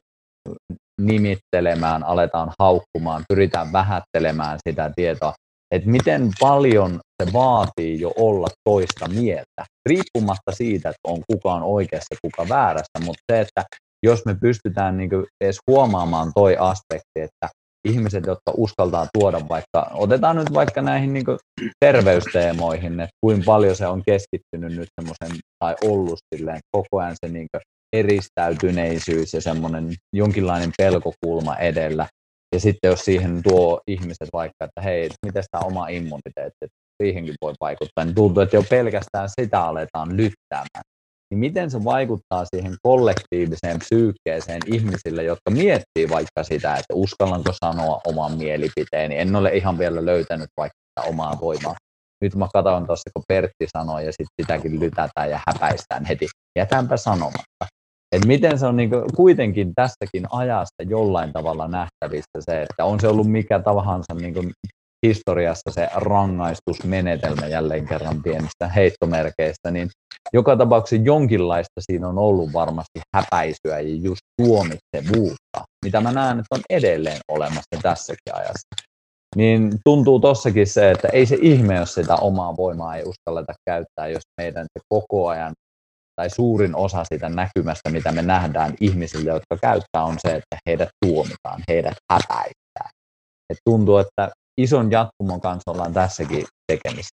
nimittelemään, aletaan haukkumaan, pyritään vähättelemään sitä tietoa, että miten paljon se vaatii jo olla toista mieltä, riippumatta siitä, että on kukaan oikeassa, kuka väärässä, mutta se, että jos me pystytään niin kuin edes huomaamaan toi aspekti, että ihmiset, jotka uskaltaa tuoda vaikka, otetaan nyt vaikka näihin niin kuin terveysteemoihin, että kuinka paljon se on keskittynyt nyt semmoisen, tai ollut silleen koko ajan se niin kuin eristäytyneisyys ja semmoinen jonkinlainen pelkokulma edellä. Ja sitten jos siihen tuo ihmiset vaikka, että hei, miten tämä oma immuniteetti, että siihenkin voi vaikuttaa, niin tuntuu, että jo pelkästään sitä aletaan lyttäämään. Niin miten se vaikuttaa siihen kollektiiviseen psyykkeeseen ihmisille, jotka miettii vaikka sitä, että uskallanko sanoa oman mielipiteeni. En ole ihan vielä löytänyt vaikka sitä omaa voimaa. Nyt mä katson tuossa, kun Pertti sanoi, ja sitten sitäkin lytätään ja häpäistään heti. Jätänpä sanomatta. Että miten se on niinku kuitenkin tässäkin ajasta jollain tavalla nähtävissä se, että on se ollut mikä tahansa niinku historiassa se rangaistusmenetelmä jälleen kerran pienistä heittomerkeistä, niin joka tapauksessa jonkinlaista siinä on ollut varmasti häpäisyä ja just tuomitsevuutta, mitä mä näen, että on edelleen olemassa tässäkin ajassa. Niin tuntuu tossakin se, että ei se ihme, jos sitä omaa voimaa ei uskalleta käyttää, jos meidän se koko ajan tai suurin osa sitä näkymästä, mitä me nähdään ihmisille, jotka käyttää, on se, että heidät tuomitaan, heidät häpäistään. Et tuntuu, että ison jatkumon kanssa ollaan tässäkin tekemistä.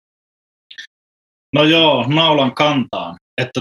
No joo, naulan kantaan. Että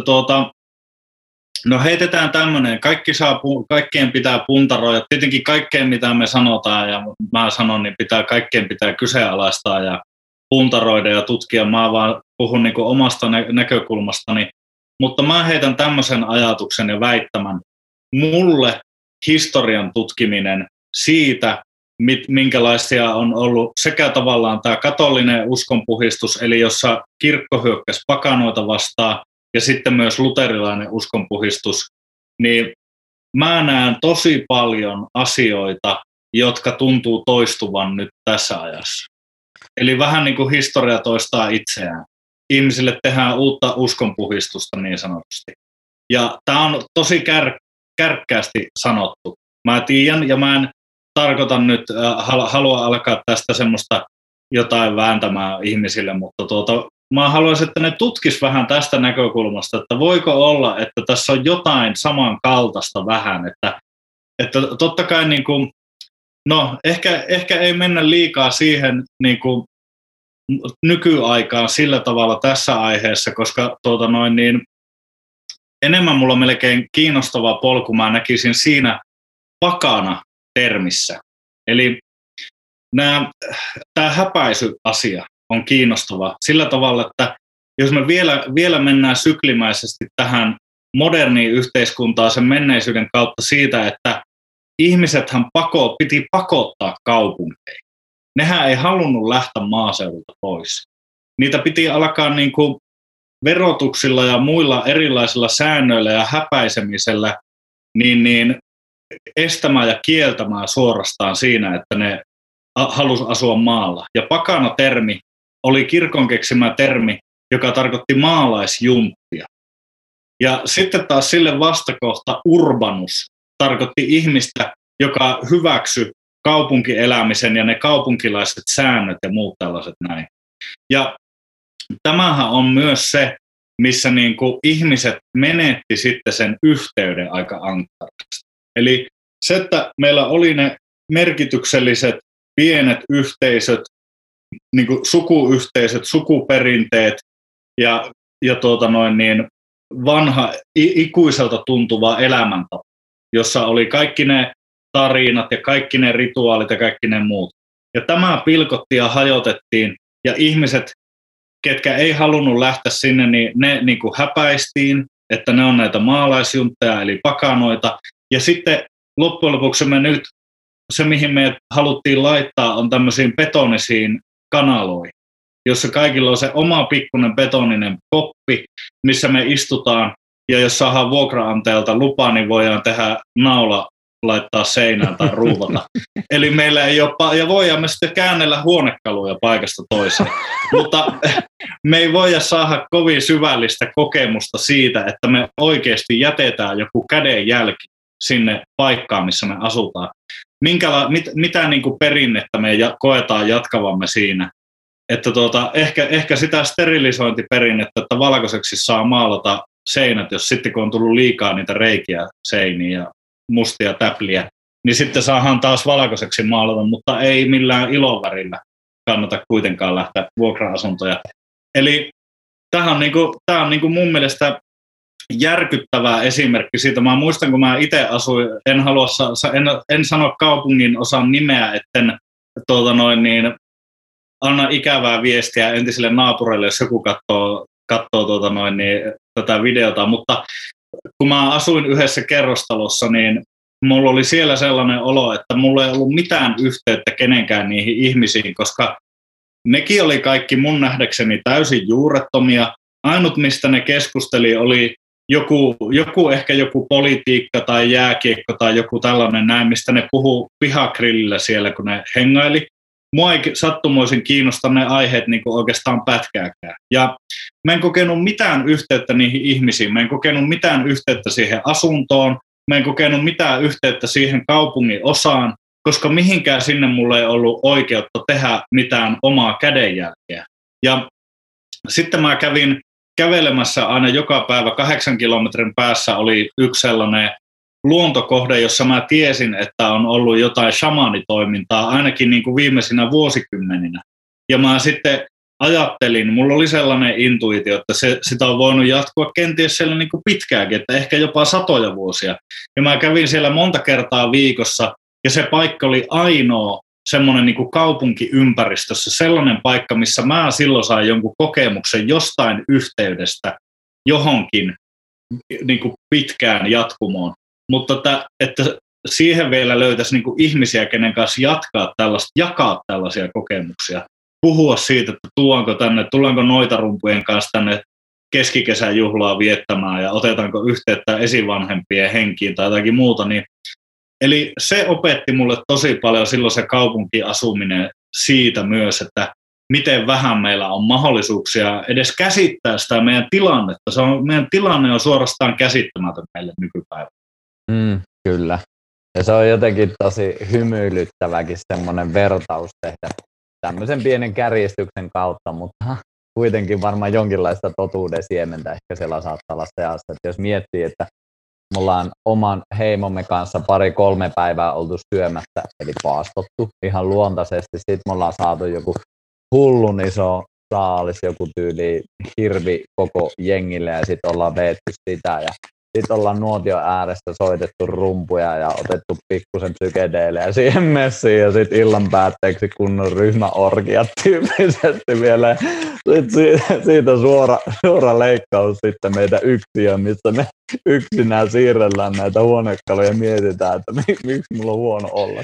no heitetään tämmöinen, kaikkien pitää puntaroida. Tietenkin kaikkeen, mitä me sanotaan ja mä sanon, niin kaikkeen pitää kyseenalaistaa ja puntaroida ja tutkia. Mä vaan puhun niin kuin omasta näkökulmastani. Mutta mä heitän tämmöisen ajatuksen ja väittämän. Mulle historian tutkiminen siitä, minkälaisia on ollut sekä tavallaan tämä katolinen uskonpuhistus, eli jossa kirkko hyökkäsi pakanoita vastaan, ja sitten myös luterilainen uskonpuhistus, niin mä näen tosi paljon asioita, jotka tuntuu toistuvan nyt tässä ajassa. Eli vähän niin kuin historia toistaa itseään. Ihmisille tehdään uutta uskonpuhistusta niin sanotusti. Ja tämä on tosi kärkkäästi sanottu. Mä tiedän, ja mä en tarkoita nyt, halua alkaa tästä semmoista jotain vääntämään ihmisille, mutta mä haluaisin, että ne tutkis vähän tästä näkökulmasta, että voiko olla, että tässä on jotain samankaltaista vähän, että totta kai niin kuin, no ehkä ei mennä liikaa siihen niin kuin nykyaikaan sillä tavalla tässä aiheessa, koska enemmän mulla on melkein kiinnostava polku, mä näkisin siinä pakana-termissä. Eli tämä häpäisyasia on kiinnostava sillä tavalla, että jos me vielä mennään syklimäisesti tähän moderniin yhteiskuntaan sen menneisyyden kautta siitä, että ihmisethän piti pakottaa kaupunkeihin. Nehän ei halunnut lähteä maaseudulta pois. Niitä piti alkaa niin kuin verotuksilla ja muilla erilaisilla säännöillä ja häpäisemisellä niin estämään ja kieltämään suorastaan siinä, että ne halusi asua maalla. Ja pakana-termi oli kirkon keksimä termi, joka tarkoitti maalaisjuntia. Ja sitten taas sille vastakohta urbanus tarkoitti ihmistä, joka hyväksyi kaupunkielämisen ja ne kaupunkilaiset säännöt ja muut tällaiset näin. Ja tämähän on myös se, missä niin kuin ihmiset menetti sitten sen yhteyden aika ankarasti. Eli se, että meillä oli ne merkitykselliset pienet yhteisöt, niin kuin sukuyhteisöt, sukuperinteet ja vanha ikuiselta tuntuva elämäntapa, jossa oli kaikki ne tarinat ja kaikki ne rituaalit ja kaikki ne muut. Ja tämä pilkottiin ja hajotettiin ja ihmiset, ketkä ei halunnut lähteä sinne, niin ne niin kuin häpäistiin, että ne on näitä maalaisjuntteja eli pakanoita. Ja sitten loppujen lopuksi se mihin me haluttiin laittaa, on tämmöisiin betonisiin kanaloihin, jossa kaikilla on se oma pikkuinen betoninen koppi, missä me istutaan, ja jos saadaan vuokraantajalta lupa, niin voidaan tehdä naula laittaa seinään tai ruuvata. Eli meillä ei ole, ja voidaan me sitten käännellä huonekaluja paikasta toiseen. Mutta me ei voida saada kovin syvällistä kokemusta siitä, että me oikeasti jätetään joku kädenjälki sinne paikkaan, missä me asutaan. Mitä niin kuin perinnettä me koetaan jatkavamme siinä? Että ehkä sitä sterilisointiperinnettä, että valkoiseksi saa maalata seinät, jos sitten kun on tullut liikaa niitä reikiä seiniin ja mustia täpliä, niin sitten saadaan taas valkoiseksi maalata, mutta ei millään ilovärillä kannata kuitenkaan lähteä vuokra-asuntoja. Eli tämä on niinku mun mielestä järkyttävä esimerkki siitä. Mä muistan, kun mä itse asuin, en sano kaupungin osan nimeä, etten anna ikävää viestiä entisille naapureille, jos joku katsoo tätä videota, mutta kun mä asuin yhdessä kerrostalossa, niin mulla oli siellä sellainen olo, että mulla ei ollut mitään yhteyttä kenenkään niihin ihmisiin, koska nekin oli kaikki mun nähdäkseni täysin juurettomia. Ainut, mistä ne keskusteli, oli ehkä joku politiikka tai jääkiekko tai joku tällainen näin, mistä ne puhuu pihagrillillä siellä, kun ne hengaili. Mua ei sattumoisin kiinnosta ne aiheet niin kuin oikeastaan pätkääkään. Ja mä en kokenut mitään yhteyttä niihin ihmisiin, mä en kokenut mitään yhteyttä siihen asuntoon, mä en kokenut mitään yhteyttä siihen kaupungin osaan, koska mihinkään sinne mulla ei ollut oikeutta tehdä mitään omaa kädenjälkeä. Ja sitten mä kävin kävelemässä aina joka päivä 8 kilometrin päässä oli yksi sellainen luontokohde, jossa mä tiesin, että on ollut jotain shamanitoimintaa ainakin niin kuin viimeisinä vuosikymmeninä. Ja mä sitten ajattelin, mulla oli sellainen intuitio, että sitä on voinut jatkua kenties siellä niin kuin pitkäänkin, että ehkä jopa 100 vuosia. Ja mä kävin siellä monta kertaa viikossa, ja se paikka oli ainoa semmoinen niin kuin kaupunkiympäristössä, sellainen paikka, missä mä silloin sain jonkun kokemuksen jostain yhteydestä johonkin niin kuin pitkään jatkumoon. Mutta että siihen vielä löytäisi niin kuin ihmisiä, kenen kanssa jakaa tällaisia kokemuksia. Puhua siitä, että tullaanko noitarumpujen kanssa tänne keskikesän juhlaa viettämään ja otetaanko yhteyttä esivanhempien henkiin tai jotakin muuta. Niin, eli se opetti mulle tosi paljon silloin se kaupunkiasuminen siitä myös, että miten vähän meillä on mahdollisuuksia edes käsittää sitä meidän tilannetta. Meidän tilanne on suorastaan käsittämätön meille nykypäivänä. Kyllä. Ja se on jotenkin tosi hymyilyttäväkin semmoinen vertaus tehdä tämmöisen pienen kärjistyksen kautta, mutta kuitenkin varmaan jonkinlaista totuuden siementä ehkä siellä saattaa olla seassa. Että jos miettii, että me ollaan oman heimomme kanssa 2-3 päivää oltu syömättä, eli paastottu ihan luontaisesti. Sitten me ollaan saatu joku hullun iso saalis, joku tyyli hirvi koko jengille ja sitten ollaan veetty sitä. Ja sitten ollaan nuotion ääressä soitettu rumpuja ja otettu pikkusen psykedeelejä siihen messiin ja sitten illan päätteeksi kunnon ryhmäorgiat tyyppisesti vielä. Sitten siitä suora leikkaus sitten meitä yksiä, missä me yksinään siirrellään näitä huonekaluja ja mietitään, että miksi mulla on huono olla.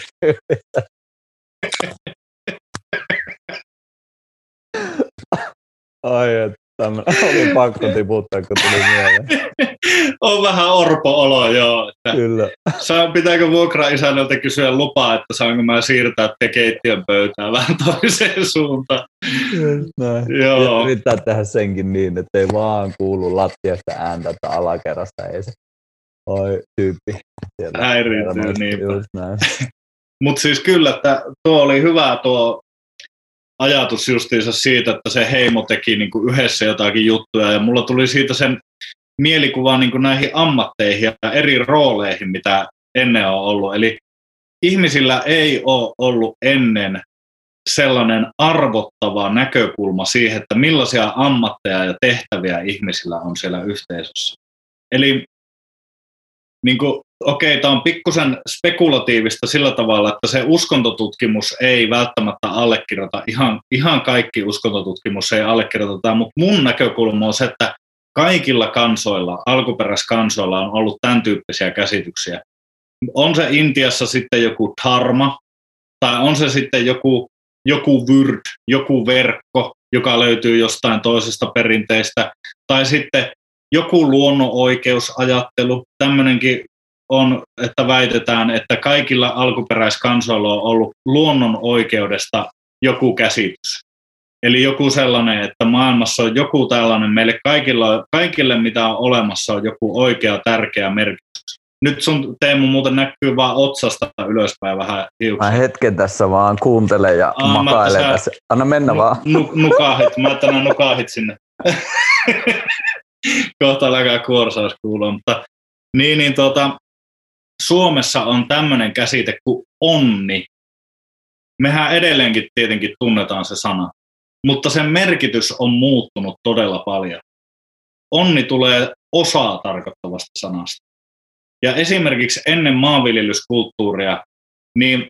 Ai, että oli pakko tiputtaa, kun tuli mieleen. On vähän orpo-olo, joo. Että kyllä. Pitääkö vuokraisännöltä kysyä lupaa, että saanko mä siirtää te keittiön pöytään vähän toiseen suuntaan? Joo. Ja yrittää tehdä senkin niin, että ei vaan kuulu lattiasta ääntä, että alakerrasta ei se tyyppi. Häiriintyy niinpä. Mutta siis kyllä, että tuo oli hyvä tuo ajatus justiinsa siitä, että se heimo teki niinku yhdessä jotakin juttuja ja mulla tuli siitä sen mielikuva niinku näihin ammatteihin ja eri rooleihin, mitä ennen on ollut. Eli ihmisillä ei ole ollut ennen sellainen arvottava näkökulma siihen, että millaisia ammatteja ja tehtäviä ihmisillä on siellä yhteisössä. Eli niinku, okei, tämä on pikkusen spekulatiivista sillä tavalla, että se uskontotutkimus ei välttämättä allekirjoita, ihan kaikki uskontotutkimus ei allekirjoiteta, mutta mun näkökulma on se, että kaikilla kansoilla, alkuperäiskansoilla on ollut tämän tyyppisiä käsityksiä. On se Intiassa sitten joku dharma, tai on se sitten joku vyrd, joku verkko, joka löytyy jostain toisesta perinteistä, tai sitten joku luonnonoikeusajattelu, tämmöinenkin on, että väitetään, että kaikilla alkuperäiskansoilla on ollut luonnon oikeudesta joku käsitys. Eli joku sellainen, että maailmassa on joku tällainen, meille kaikille mitä on olemassa on joku oikea, tärkeä merkitys. Nyt sun Teemu muuten näkyy vaan otsasta ylöspäin vähän hiuksia. Mä hetken tässä vaan kuuntelen ja makailen tässä. Anna mennä vaan. Nukahit, mä tänään nukahit sinne. Kohta alkaa kuorsaus kuulua, mutta Suomessa on tämmöinen käsite kuin onni. Mehän edelleenkin tietenkin tunnetaan se sana, mutta sen merkitys on muuttunut todella paljon. Onni tulee osaa tarkoittavasta sanasta. Ja esimerkiksi ennen maanviljelyskulttuuria, niin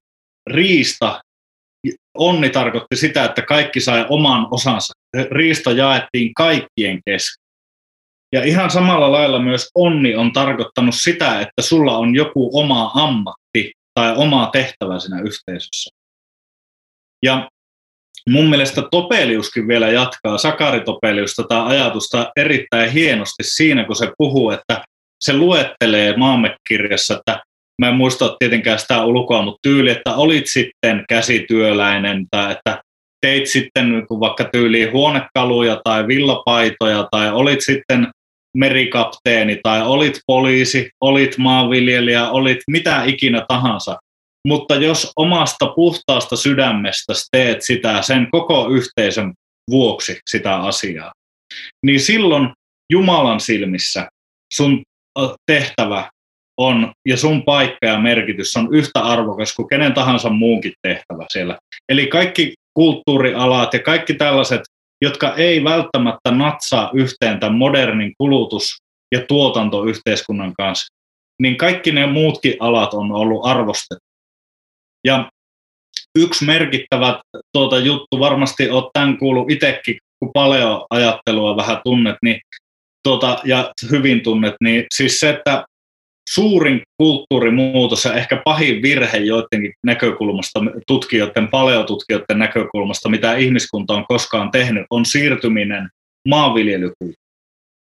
onni tarkoitti sitä, että kaikki sai oman osansa. Riista jaettiin kaikkien kesken. Ja ihan samalla lailla myös onni on tarkoittanut sitä, että sulla on joku oma ammatti tai oma tehtävä siinä yhteisössä. Ja mun mielestä Topeliuskin vielä jatkaa, Sakari Topelius, tätä ajatusta erittäin hienosti siinä, kun se puhuu, että se luettelee Maamme-kirjassa, että mä en muista tietenkään sitä ulkoa, mutta tyyli, että olit sitten käsityöläinen tai että teit sitten vaikka tyyliin huonekaluja tai villapaitoja tai olit sitten merikapteeni tai olit poliisi, olit maanviljelijä, olit mitä ikinä tahansa. Mutta jos omasta puhtaasta sydämestä teet sitä sen koko yhteisön vuoksi sitä asiaa, niin silloin Jumalan silmissä sun tehtävä on ja sun paikka ja merkitys on yhtä arvokas kuin kenen tahansa muunkin tehtävä siellä. Eli kaikki kulttuurialat ja kaikki tällaiset, jotka ei välttämättä natsaa yhteen tämän modernin kulutus- ja tuotantoyhteiskunnan kanssa, niin kaikki ne muutkin alat on ollut arvostettu. Ja yksi merkittävä juttu, varmasti olet tämän kuullut itsekin, kun paljon ajattelua vähän tunnet ja hyvin tunnet, niin siis se, että suurin kulttuurimuutos ja ehkä pahin virhe joidenkin näkökulmasta, paleotutkijoiden näkökulmasta, mitä ihmiskunta on koskaan tehnyt, on siirtyminen maanviljelykulttuuriin.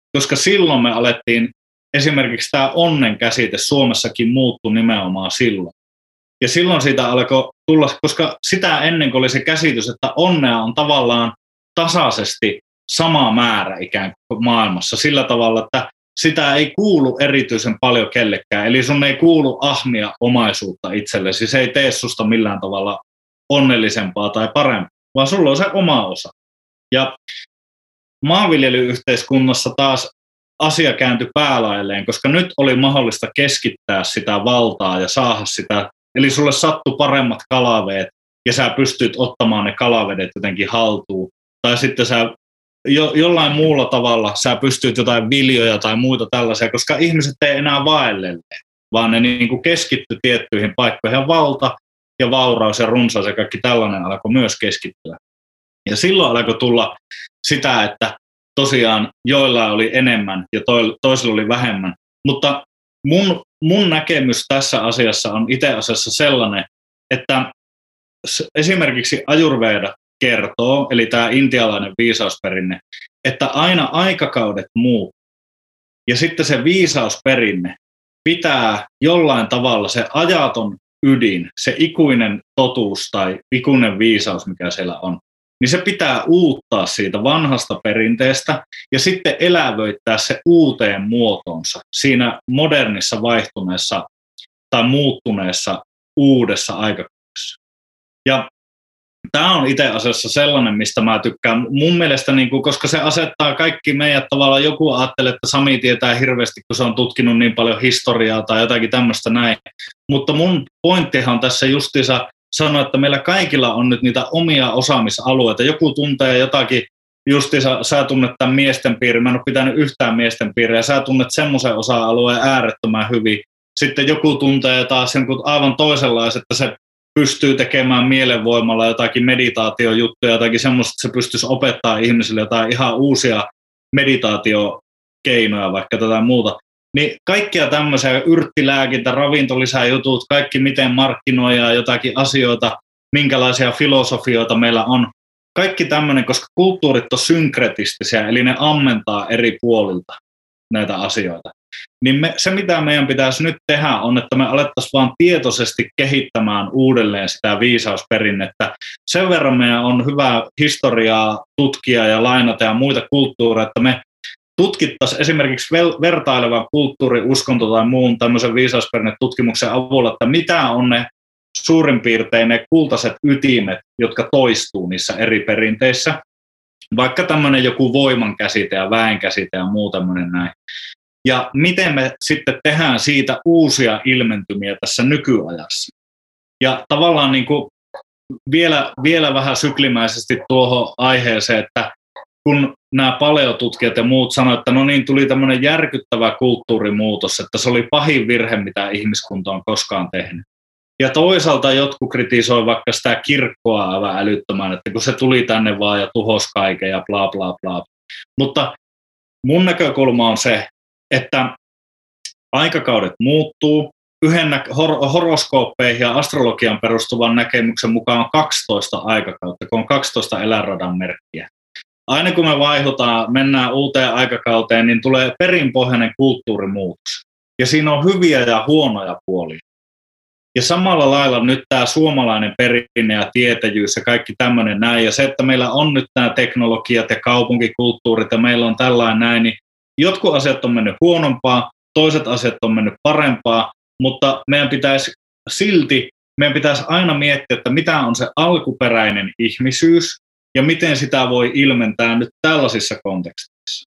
koska silloin me alettiin, esimerkiksi tämä onnen käsite Suomessakin muuttui nimenomaan silloin. Ja silloin siitä alkoi tulla, koska sitä ennen kuin oli se käsitys, että onnea on tavallaan tasaisesti sama määrä ikään kuin maailmassa sillä tavalla, että sitä ei kuulu erityisen paljon kellekään. Eli sun ei kuulu ahmia omaisuutta itsellesi. Se ei tee susta millään tavalla onnellisempaa tai parempaa, vaan sulla on se oma osa. Ja maanviljelyyhteiskunnassa taas asia kääntyi päälailleen, koska nyt oli mahdollista keskittää sitä valtaa ja saada sitä. Eli sulle sattui paremmat kalaveet ja sä pystyt ottamaan ne kalavedet jotenkin haltuun. Tai sitten sä jollain muulla tavalla sä pystyt jotain viljoja tai muita tällaisia, koska ihmiset ei enää vaellelle, vaan ne niin kuin keskitty tiettyihin paikkoihin ja valta ja vauraus ja runsaus ja kaikki tällainen alkoi myös keskittyä. Ja silloin alkoi tulla sitä, että tosiaan joillain oli enemmän ja toisilla oli vähemmän. Mutta mun näkemys tässä asiassa on itse asiassa sellainen, että esimerkiksi Ayurveda kertoo, eli tämä intialainen viisausperinne, että aina aikakaudet muuttuu. Ja sitten se viisausperinne pitää jollain tavalla se ajaton ydin, se ikuinen totuus tai ikuinen viisaus, mikä siellä on, niin se pitää uuttaa siitä vanhasta perinteestä ja sitten elävöittää se uuteen muotoonsa siinä modernissa vaihtuneessa tai muuttuneessa uudessa aikakaudessa. Ja tämä on itse asiassa sellainen, mistä mä tykkään. Mun mielestä, koska se asettaa kaikki meidät tavallaan, joku ajattelee, että Sami tietää hirveästi, kun se on tutkinut niin paljon historiaa tai jotakin tämmöistä näin. Mutta mun pointtihan tässä justiinsa sanoa, että meillä kaikilla on nyt niitä omia osaamisalueita. Joku tuntee jotakin, justiinsa sä tunnet tämän miesten piirin, mä en ole pitänyt yhtään miesten piiriä, sä tunnet semmoisen osa-alueen äärettömän hyvin. Sitten joku tuntee taas jonkun aivan toisenlaiset, että se pystyy tekemään mielenvoimalla jotakin meditaatiojuttuja, jotakin semmoista, että se pystyisi opettaa ihmisille jotain ihan uusia meditaatiokeinoja, vaikka tätä muuta. Niin kaikkia tämmöisiä yrttilääkintä, ravintolisäjutut, kaikki miten markkinoidaan jotakin asioita, minkälaisia filosofioita meillä on. Kaikki tämmöinen, koska kulttuurit on synkretistisiä, eli ne ammentaa eri puolilta näitä asioita. Niin se, mitä meidän pitäisi nyt tehdä, on, että me alettaisiin vaan tietoisesti kehittämään uudelleen sitä viisausperinnettä. Sen verran meidän on hyvä historiaa tutkia ja lainata ja muita kulttuureja, että me tutkittaisiin esimerkiksi vertailevan kulttuuri, uskonto tai muun tämmöisen viisausperinnetutkimuksen avulla, että mitä on ne suurin piirtein ne kultaiset ytimet, jotka toistuu niissä eri perinteissä. Vaikka tämmöinen joku voiman käsite ja väen käsite ja muu tämmöinen näin. Ja miten me sitten tehdään siitä uusia ilmentymiä tässä nykyajassa. Ja tavallaan vielä vähän syklimäisesti tuohon aiheeseen, että kun nämä paleotutkijat ja muut sanoivat, että no niin, tuli tämmöinen järkyttävä kulttuurimuutos, että se oli pahin virhe, mitä ihmiskunta on koskaan tehnyt. Ja toisaalta jotkut kritisoi vaikka sitä kirkkoa aivan älyttömän, että kun se tuli tänne vaan ja tuhosi kaiken ja bla bla bla. Mutta mun näkökulma on se, että aikakaudet muuttuu. Yhden horoskooppeihin ja astrologian perustuvan näkemyksen mukaan on 12 aikakautta, kun on 12 eläinradan merkkiä. Aina kun me vaihdutaan, mennään uuteen aikakauteen, niin tulee perinpohjainen kulttuurimuutos. Ja siinä on hyviä ja huonoja puolia. Ja samalla lailla nyt tämä suomalainen perinne ja tietäjyys ja kaikki tämmöinen näin, ja se, että meillä on nyt nämä teknologiat ja kaupunkikulttuurit ja meillä on tällainen näin, niin jotkut asiat on mennyt huonompaa, toiset asiat on mennyt parempaa, mutta meidän pitäisi aina miettiä, että mitä on se alkuperäinen ihmisyys ja miten sitä voi ilmentää nyt tällaisissa konteksteissa.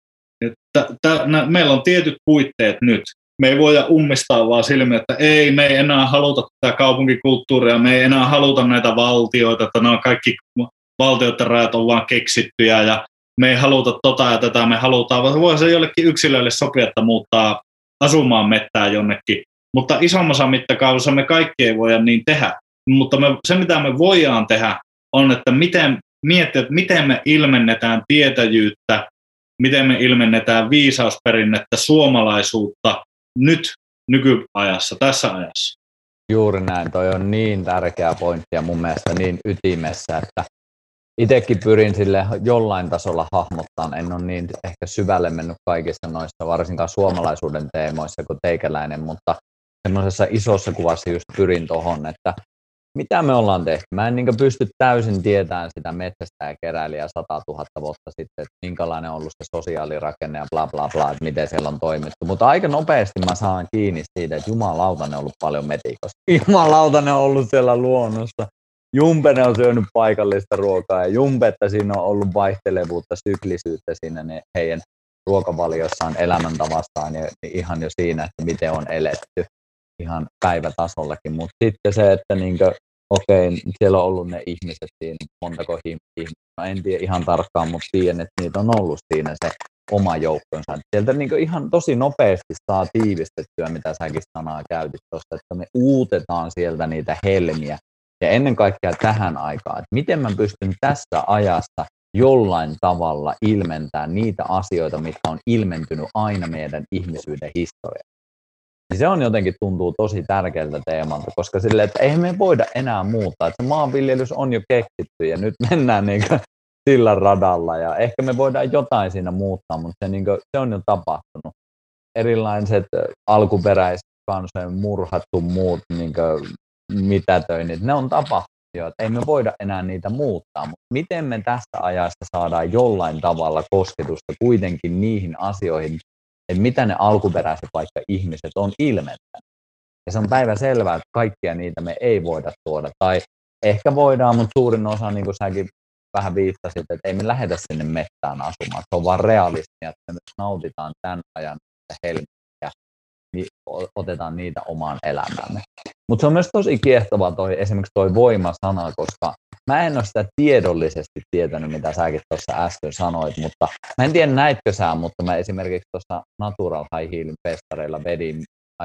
Meillä on tietyt puitteet nyt. Me ei voida ummistaa vaan silmiä, että me ei enää haluta tätä kaupunkikulttuuria, me ei enää haluta näitä valtioita, että nämä kaikki valtioiden rajat on vaan keksittyjä ja me ei haluta tota ja tätä, me halutaan, vaan voi se jollekin yksilöille sopia, että muuttaa asumaan mettään jonnekin. Mutta isommassa mittakaavassa me kaikki ei voida niin tehdä. Mutta se, mitä me voidaan tehdä, on, että miten me ilmennetään tietäjyyttä, miten me ilmennetään viisausperinnettä, suomalaisuutta nyt nykyajassa, tässä ajassa. Juuri näin, toi on niin tärkeä pointti ja mun mielestä niin ytimessä, että itsekin pyrin sille jollain tasolla hahmottaa. En ole niin ehkä syvälle mennyt kaikissa noissa, varsinkaan suomalaisuuden teemoissa kuin teikäläinen, mutta semmoisessa isossa kuvassa just pyrin tuohon, että mitä me ollaan tehty. Mä en niin pysty täysin tietämään sitä metsästäjäkeräilijää 100 000 vuotta sitten, että minkälainen on ollut se sosiaalirakenne ja bla bla bla, että miten siellä on toimittu. Mutta aika nopeasti mä saan kiinni siitä, että jumalauta ne on ollut paljon metikossa. Jumalauta ne on ollut siellä luonnossa. Jumpe ne on syönyt paikallista ruokaa ja jumpe, että siinä on ollut vaihtelevuutta, syklisyyttä siinä heidän ruokavaliossaan, elämäntavastaan ja ihan jo siinä, että miten on eletty ihan päivätasollakin. Mutta sitten se, että niinkö, okei, siellä on ollut ne ihmiset siinä, montako ihmistä, no en tiedä ihan tarkkaan, mutta tiedän, että niitä on ollut siinä se oma joukkonsa. Sieltä niinkö ihan tosi nopeasti saa tiivistettyä, mitä säkin sanaa käytit tuossa, että me uutetaan sieltä niitä helmiä. Ja ennen kaikkea tähän aikaan, että miten mä pystyn tässä ajassa jollain tavalla ilmentämään niitä asioita, mitkä on ilmentynyt aina meidän ihmisyyden historiassa. Niin se on jotenkin tuntuu tosi tärkeältä teemalta, koska silleen, että eihän me voida enää muuttaa, että se maanviljelys on jo keksitty ja nyt mennään niin sillä radalla ja ehkä me voidaan jotain siinä muuttaa, mutta se on jo tapahtunut. Erilaiset alkuperäiskansojen murhattu muut mitätöinnit, ne on tapahtunut jo, että ei me voida enää niitä muuttaa, mutta miten me tästä ajasta saadaan jollain tavalla kosketusta kuitenkin niihin asioihin, että mitä ne alkuperäiset vaikka ihmiset on ilmentänyt. Ja se on päivänselvää, että kaikkia niitä me ei voida tuoda, tai ehkä voidaan, mutta suurin osa, niin kuin säkin vähän viittasit, että ei me lähetä sinne mettään asumaan, se on vaan realismia, että me nautitaan tämän ajan helmiä ja otetaan niitä omaan elämäämme. Mutta se on myös tosi kiehtova esimerkiksi toi voimasana, koska mä en ole sitä tiedollisesti tietänyt, mitä säkin tuossa äsken sanoit, mutta mä en tiedä näitkö sä, mutta mä esimerkiksi tuossa Natural High Heelin festareilla vedin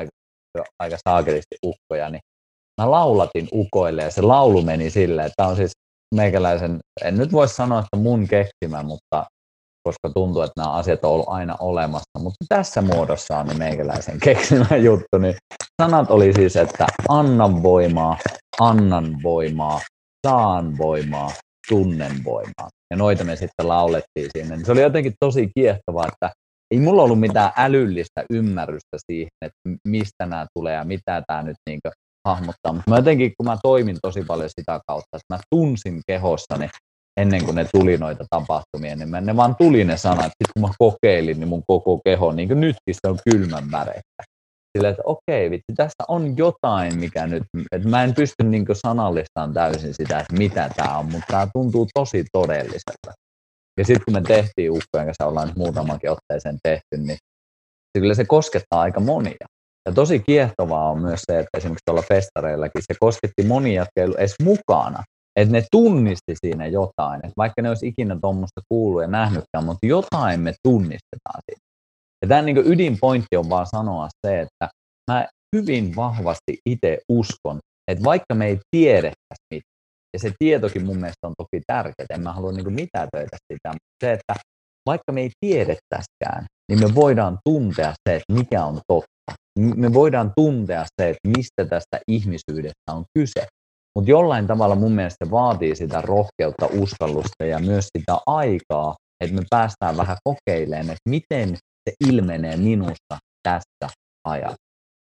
aika saakelisti ukkoja, niin mä laulatin ukoille ja se laulu meni silleen, että on siis meikäläisen, en nyt voi sanoa, että mun keksimä, mutta koska tuntuu, että nämä asiat on ollut aina olemassa, mutta tässä muodossa on meikäläisen keksimä juttu, niin sanat oli siis, että annan voimaa, annan voimaa, saan voimaa, tunnen voimaa. Ja noita me sitten laulettiin siinä. Se oli jotenkin tosi kiehtovaa, että ei mulla ollut mitään älyllistä ymmärrystä siihen, että mistä nämä tulee ja mitä tämä nyt niinkö hahmottaa. Mutta mä jotenkin, kun mä toimin tosi paljon sitä kautta, että mä tunsin kehossani ennen kuin ne tuli noita tapahtumia, niin ne vaan tuli ne sanat. Sitten kun mä kokeilin, niin mun koko keho, niin kuin nytkin se on kylmän värettä. Silleen, että okei, vitsi, tässä on jotain, mikä nyt, että mä en pysty niin kuin sanallistamaan täysin sitä, että mitä tämä on, mutta tämä tuntuu tosi todelliselta. Ja sitten kun me tehtiin ukkoja, ja ollaan nyt muutamankin otteeseen tehty, niin kyllä se koskettaa aika monia. Ja tosi kiehtovaa on myös se, että esimerkiksi tuolla festareillakin se kosketti monia, jotka ei ollut edes mukana. Että ne tunnisti siinä jotain, että vaikka ne olisi ikinä tuommoista kuullut ja nähnytkään, mutta jotain me tunnistetaan siitä. Ja tämän niin ydinpointti on vaan sanoa se, että mä hyvin vahvasti itse uskon, että vaikka me ei tiedettäisi mitään, ja se tietokin mun mielestä on toki tärkeää, en mä halua niin mitätöitä sitä, mutta se, että vaikka me ei tiedettäisikään, niin me voidaan tuntea se, että mikä on totta. Me voidaan tuntea se, että mistä tästä ihmisyydestä on kyse. Mutta jollain tavalla mun mielestä se vaatii sitä rohkeutta, uskallusta ja myös sitä aikaa, että me päästään vähän kokeilemaan, että miten se ilmenee minusta tässä ajassa.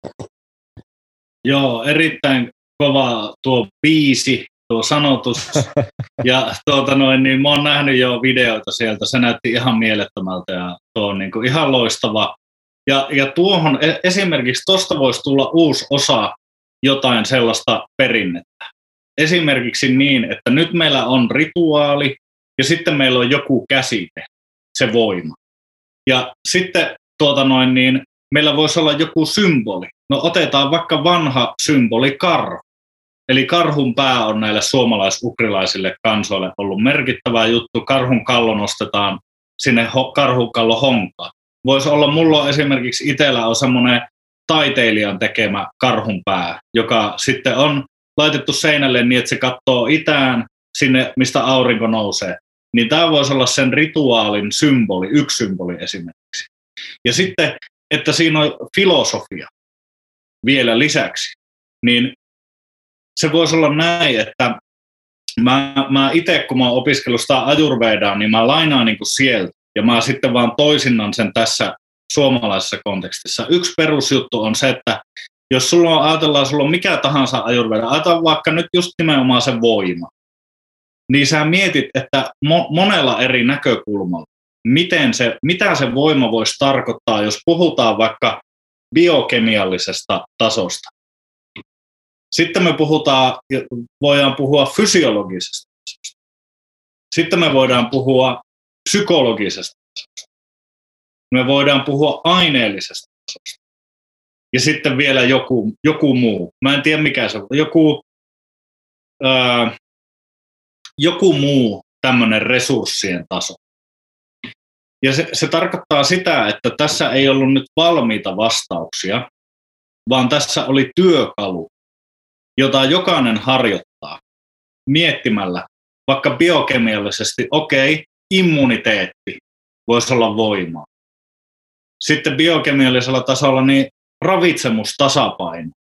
Joo, erittäin kova tuo biisi, tuo sanotus. Ja niin mä oon nähnyt jo videoita sieltä, se näytti ihan mielettömältä ja tuo on niin kuin ihan loistava. Ja tuohon esimerkiksi tuosta voisi tulla uusi osa jotain sellaista perinnettä. Esimerkiksi niin, että nyt meillä on rituaali ja sitten meillä on joku käsite, se voima. Ja sitten meillä voisi olla joku symboli. No otetaan vaikka vanha symboli karhu. Eli karhun pää on näille suomalais-ukrilaisille kansoille ollut merkittävä juttu. Karhun kallo nostetaan sinne karhukallon honkaan. Voisi olla, mulla on esimerkiksi itsellä on semmoinen taiteilijan tekemä karhun pää, joka sitten on laitettu seinälle niin, että se katsoo itään sinne, mistä aurinko nousee. Niin tämä voisi olla sen rituaalin symboli, yksi symboli esimerkiksi. Ja sitten, että siinä on filosofia vielä lisäksi, niin se voisi olla näin, että mä itse, kun mä oon opiskellut sitä Ayurvedaa, niin mä lainaan niin kuin sieltä, ja mä sitten vaan toisinnan sen tässä suomalaisessa kontekstissa. Yksi perusjuttu on se, että jos ajatellaan, sulla on mikä tahansa Ayurveda, ajatellaan vaikka nyt just nimenomaan se voima, niin sä mietit, että monella eri näkökulmalla, mitä se voima voisi tarkoittaa, jos puhutaan vaikka biokemiallisesta tasosta. Sitten me voidaan puhua fysiologisesta tasosta. Sitten me voidaan puhua psykologisesta tasosta. Me voidaan puhua aineellisesta tasosta. Ja sitten vielä joku muu. Mä en tiedä mikä se on. Joku muu tämmöinen resurssien taso. Ja se tarkoittaa sitä, että tässä ei ollut nyt valmiita vastauksia, vaan tässä oli työkalu, jota jokainen harjoittaa miettimällä vaikka biokemiallisesti, immuniteetti voisi olla voimaa. Sitten biokemiallisella tasolla niin ravitsemustasapaino.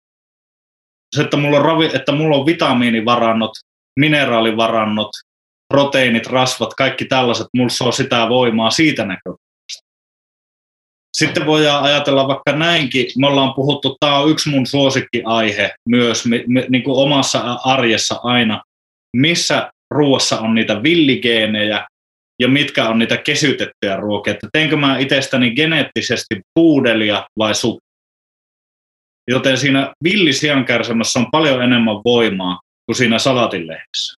Se, että mulla on vitamiinivarannot, mineraalivarannot, proteiinit, rasvat, kaikki tällaiset, mulla on sitä voimaa siitä näkökulmasta. Sitten voidaan ajatella vaikka näinkin, me ollaan puhuttu, tämä on yksi mun suosikkiaihe myös niin kuin omassa arjessa aina, missä ruoassa on niitä villigeenejä ja mitkä on niitä kesytettyjä ruokia, että teenkö mä itsestäni geneettisesti puudelia vai suppi. Joten siinä villisiankärsämässä on paljon enemmän voimaa kuin siinä salatinlehdessä.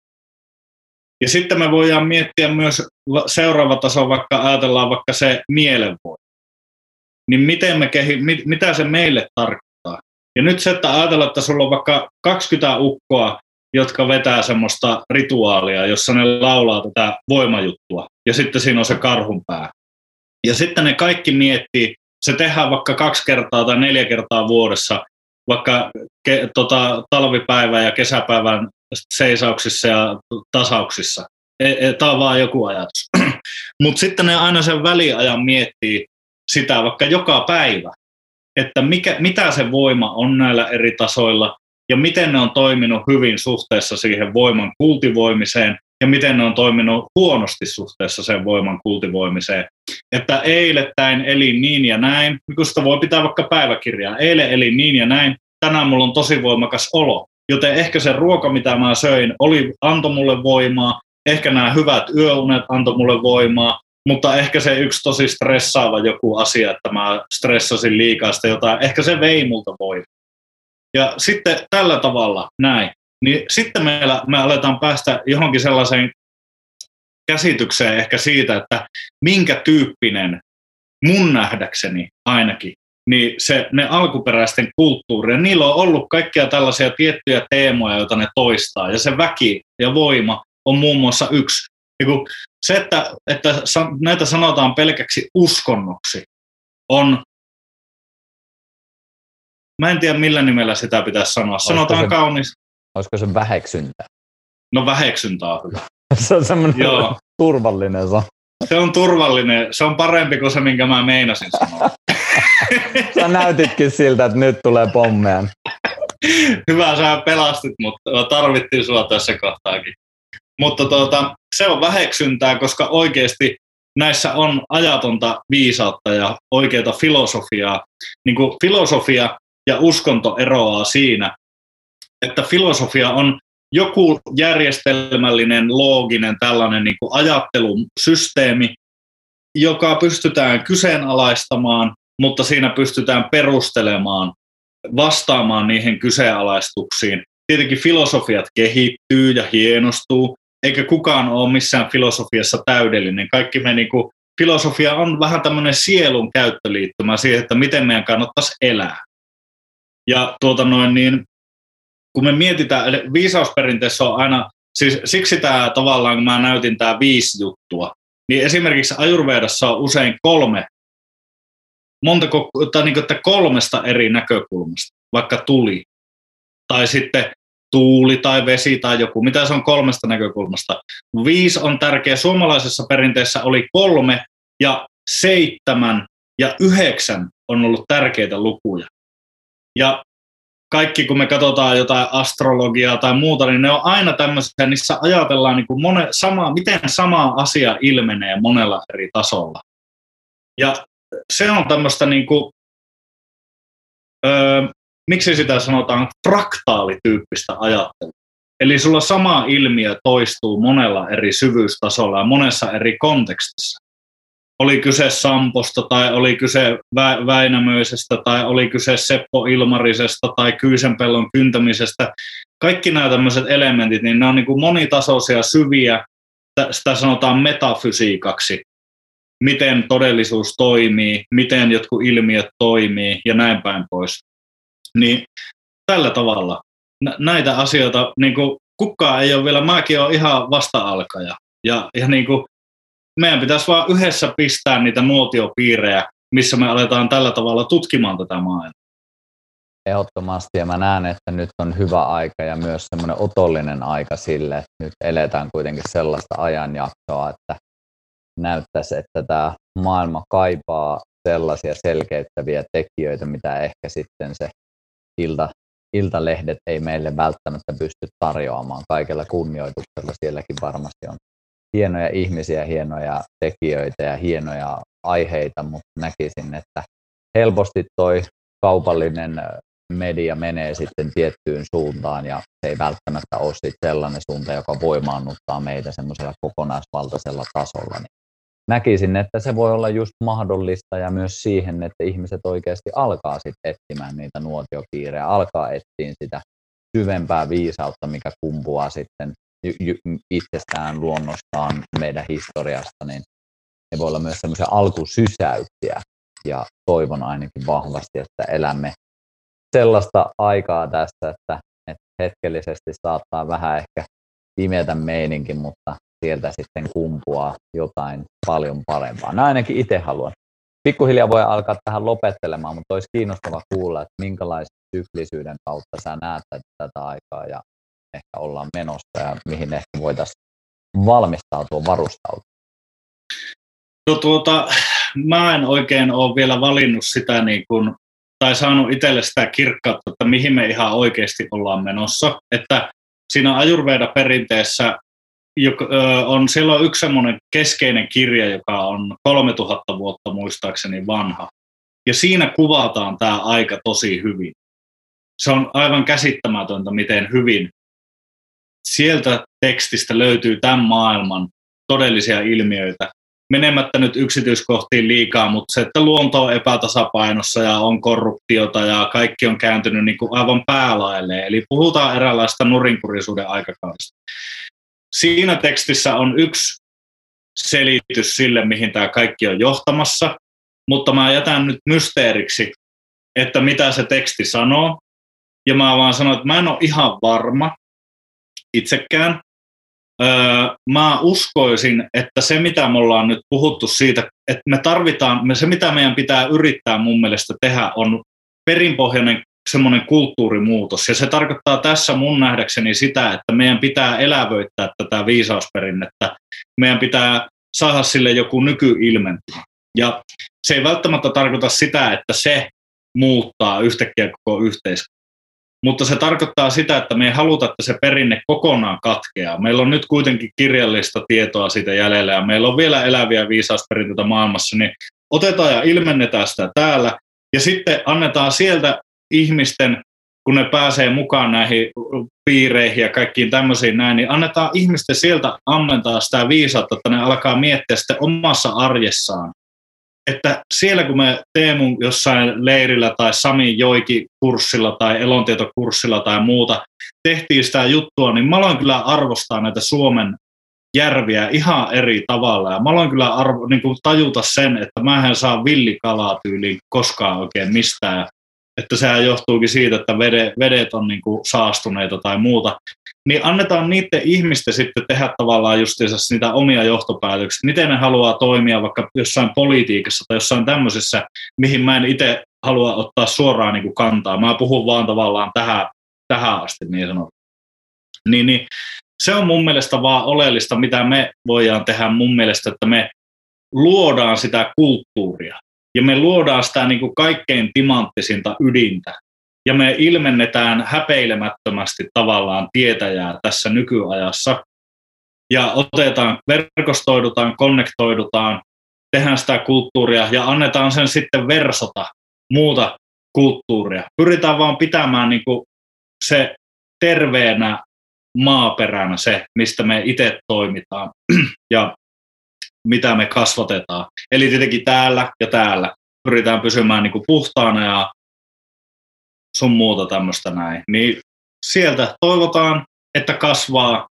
Ja sitten me voidaan miettiä myös seuraava taso, vaikka ajatellaan vaikka se mielenvoima. Niin mitä se meille tarkoittaa? Ja nyt se, että ajatellaan, että sulla on vaikka 20 ukkoa, jotka vetää semmoista rituaalia, jossa ne laulaa tätä voimajuttua. Ja sitten siinä on se karhunpää. Ja sitten ne kaikki miettii, se tehdään vaikka 2 kertaa tai 4 kertaa vuodessa, vaikka talvipäivän ja kesäpäivän seisauksissa ja tasauksissa. Tämä on vaan joku ajatus. Mutta sitten ne aina sen väliajan miettii sitä vaikka joka päivä, että mitä se voima on näillä eri tasoilla ja miten ne on toiminut hyvin suhteessa siihen voiman kultivoimiseen ja miten ne on toiminut huonosti suhteessa sen voiman kultivoimiseen. Että eilettäin elin niin ja näin, kun sitä voi pitää vaikka päiväkirjaa, eilen elin niin ja näin, tänään mulla on tosi voimakas olo. Joten ehkä se ruoka, mitä mä söin, antoi mulle voimaa, ehkä nämä hyvät yöunet antoi mulle voimaa, mutta ehkä se yksi tosi stressaava joku asia, että mä stressasin liikaa sitä jotain, ehkä se vei multa voimaa. Ja sitten tällä tavalla näin, niin sitten me aletaan päästä johonkin sellaiseen käsitykseen ehkä siitä, että minkä tyyppinen mun nähdäkseni ainakin, niin ne alkuperäisten kulttuuria, niillä on ollut kaikkia tällaisia tiettyjä teemoja, joita ne toistaa, ja se väki ja voima on muun muassa yksi. Se, että näitä sanotaan pelkäksi uskonnoksi, on, mä en tiedä millä nimellä sitä pitäisi sanoa, sanotaan kaunis. Olisiko se väheksyntä? No väheksyntä on hyvä. Se on semmoinen turvallinen. Se on turvallinen, se on parempi kuin se, minkä mä meinasin sanoa. Sä näytitkin siltä, että nyt tulee pommeja. Hyvä, sä pelastit, mutta tarvittiin sua tässä kohtaakin. Mutta se on väheksyntää, koska oikeasti näissä on ajatonta viisautta ja oikeata filosofiaa. Niin kuin filosofia ja uskonto eroaa siinä, että filosofia on joku järjestelmällinen, looginen tällainen niin kuin ajattelusysteemi, joka pystytään kyseenalaistamaan, mutta siinä pystytään perustelemaan, vastaamaan niihin kyseenalaistuksiin. Tietenkin filosofiat kehittyy ja hienostuu, eikä kukaan ole missään filosofiassa täydellinen. Kaikki filosofia on vähän tämmöinen sielun käyttöliittymä siihen, että miten meidän kannattaisi elää. Ja kun me mietitään, eli viisausperinteessä on aina, siis siksi tämä tavallaan, kun mä näytin tämä 5 juttua, niin esimerkiksi Ayurvedassa on usein 3 eri näkökulmasta, vaikka tuli, tai sitten tuuli tai vesi tai joku, mitä se on 3 näkökulmasta. 5 on tärkeä. Suomalaisessa perinteessä oli 3 ja 7 ja 9 on ollut tärkeitä lukuja. Ja kaikki, kun me katsotaan jotain astrologiaa tai muuta, niin ne on aina tämmöisiä, niissä ajatellaan niin kuin miten sama asia ilmenee monella eri tasolla. Ja se on tämmöistä, niin kuin, miksi sitä sanotaan, fraktaalityyppistä ajattelua. Eli sulla sama ilmiö toistuu monella eri syvyystasolla ja monessa eri kontekstissa. Oli kyse Samposta tai oli kyse Väinämöisestä tai oli kyse Seppo Ilmarisesta tai Kyysenpellon kyntämisestä. Kaikki nämä tämmöiset elementit, niin ne on niin kuin monitasoisia, syviä, sitä sanotaan metafysiikaksi. Miten todellisuus toimii, miten jotkut ilmiöt toimii ja näin päin pois. Niin tällä tavalla näitä asioita, niin kuin kukaan ei ole vielä, mäkin olen ihan vasta-alkaja. Ja niin kuin meidän pitäisi vaan yhdessä pistää niitä nuotiopiirejä, missä me aletaan tällä tavalla tutkimaan tätä maailmaa. Ehdottomasti, ja mä näen, että nyt on hyvä aika ja myös semmoinen otollinen aika sille, että nyt eletään kuitenkin sellaista ajanjaksoa, että näyttäisi, että tämä maailma kaipaa sellaisia selkeyttäviä tekijöitä, mitä ehkä sitten se iltalehdet ei meille välttämättä pysty tarjoamaan. Kaikella kunnioituksella sielläkin varmasti on hienoja ihmisiä, hienoja tekijöitä ja hienoja aiheita, mutta näkisin, että helposti toi kaupallinen media menee sitten tiettyyn suuntaan ja se ei välttämättä ole sitten sellainen suunta, joka voimaannuttaa meitä semmoisella kokonaisvaltaisella tasolla. Niin näkisin, että se voi olla just mahdollista ja myös siihen, että ihmiset oikeasti alkaa sitten etsimään niitä nuotiopiirejä, alkaa etsiä sitä syvempää viisautta, mikä kumpuaa sitten itsestään, luonnostaan, meidän historiasta, niin ne voi olla myös semmoisia alkusysäyksiä ja toivon ainakin vahvasti, että elämme sellaista aikaa tässä, että hetkellisesti saattaa vähän ehkä pimeätä meininki, mutta sieltä sitten kumpuaa jotain paljon parempaa. Näin ainakin itse haluan. Pikkuhiljaa voi alkaa tähän lopettelemaan, mutta olisi kiinnostava kuulla, että minkälaisen syklisyyden kautta sä näet tätä aikaa ja ehkä ollaan menossa ja mihin ehkä voitaisiin valmistautua, varustautua. No mä en oikein ole vielä valinnut sitä niin kuin, tai saanut itselle sitä kirkkautta, että mihin me ihan oikeasti ollaan menossa. Että siinä Ayurveda-perinteessä siellä on yksi semmoinen keskeinen kirja, joka on 3000 vuotta muistaakseni vanha. Ja siinä kuvataan tämä aika tosi hyvin. Se on aivan käsittämätöntä, miten hyvin sieltä tekstistä löytyy tämän maailman todellisia ilmiöitä. Menemättä nyt yksityiskohtiin liikaa, mutta se, että luonto on epätasapainossa ja on korruptiota ja kaikki on kääntynyt niin kuin aivan päälailleen. Eli puhutaan eräänlaista nurinkurisuuden aikakaudesta. Siinä tekstissä on yksi selitys sille, mihin tämä kaikki on johtamassa, mutta mä jätän nyt mysteeriksi, että mitä se teksti sanoo. Ja mä vaan sanon, että mä en ole ihan varma itsekään. Mä uskoisin, että se mitä me ollaan nyt puhuttu siitä, että me tarvitaan, se mitä meidän pitää yrittää mun mielestä tehdä on perinpohjainen semmoinen kulttuurimuutos. Ja se tarkoittaa tässä mun nähdäkseni sitä, että meidän pitää elävöittää tätä viisausperinnettä. Meidän pitää saada sille joku nykyilmentymä. Ja se ei välttämättä tarkoita sitä, että se muuttaa yhtäkkiä koko yhteiskunta. Mutta se tarkoittaa sitä, että me ei haluta, että se perinne kokonaan katkeaa. Meillä on nyt kuitenkin kirjallista tietoa siitä jäljellä ja meillä on vielä eläviä viisausperinteitä maailmassa, niin otetaan ja ilmennetään sitä täällä ja sitten annetaan sieltä ihmisten, kun ne pääsee mukaan näihin piireihin ja kaikkiin tämmöisiin näin, niin annetaan ihmisten sieltä ammentaa sitä viisautta, että ne alkaa miettiä sitten omassa arjessaan. Että siellä kun me Teemun jossain leirillä tai Sami Joiki-kurssilla tai elontietokurssilla tai muuta tehtiin sitä juttua, niin mä aloin kyllä arvostaa näitä Suomen järviä ihan eri tavalla. Ja mä aloin kyllä niin kuin tajuta sen, että mä en saa villikalaa tyyliin koskaan oikein mistään. Että sehän johtuukin siitä, että vedet on niin kuin saastuneita tai muuta. Niin annetaan niiden ihmisten sitten tehdä tavallaan justiinsa niitä omia johtopäätöksiä. Miten ne haluaa toimia vaikka jossain politiikassa tai jossain tämmöisessä, mihin mä en itse halua ottaa suoraan niin kuin kantaa. Mä puhun vaan tavallaan tähän asti niin sanottu. Niin, se on mun mielestä vaan oleellista, mitä me voidaan tehdä mun mielestä, että me luodaan sitä kulttuuria. Ja me luodaan sitä niin kuin kaikkein timanttisinta ydintä. ja me ilmennetään häpeilemättömästi tavallaan tietäjää tässä nykyajassa, ja verkostoidutaan, konnektoidutaan, tehdään sitä kulttuuria ja annetaan sen sitten versota muuta kulttuuria. Pyritään vaan pitämään niin kuin se terveenä maaperänä se, mistä me itse toimitaan ja mitä me kasvatetaan. Eli tietenkin täällä ja täällä pyritään pysymään niin kuin puhtaana ja sun muuta tämmöistä näin. Niin sieltä toivotaan, että kasvaa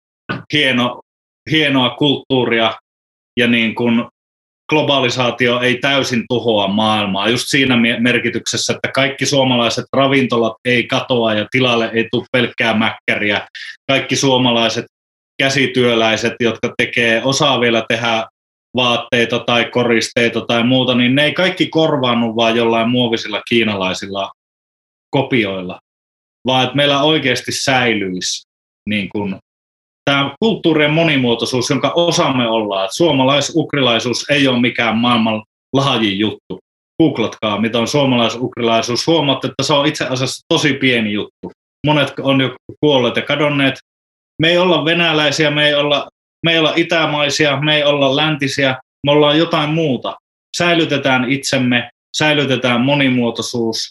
hienoa kulttuuria ja niin kuin globalisaatio ei täysin tuhoa maailmaa. Just siinä merkityksessä, että kaikki suomalaiset ravintolat ei katoa ja tilalle ei tule pelkkää mäkkäriä. Kaikki suomalaiset käsityöläiset, jotka osaa vielä tehdä vaatteita tai koristeita tai muuta, niin ne ei kaikki korvaannu vaan jollain muovisilla kiinalaisilla kopioilla, vaan että meillä oikeasti säilyisi niin kuin tämä kulttuurien monimuotoisuus, jonka osamme ollaan. Että suomalais-ukrilaisuus ei ole mikään maailman lahjin juttu. Googlatkaa, mitä on suomalais-ukrilaisuus. Huomaatte, että se on itse asiassa tosi pieni juttu. Monet on jo kuolleet ja kadonneet. Me ei olla venäläisiä, me ei olla itämaisia, me ei olla läntisiä, me ollaan jotain muuta. Säilytetään itsemme, säilytetään monimuotoisuus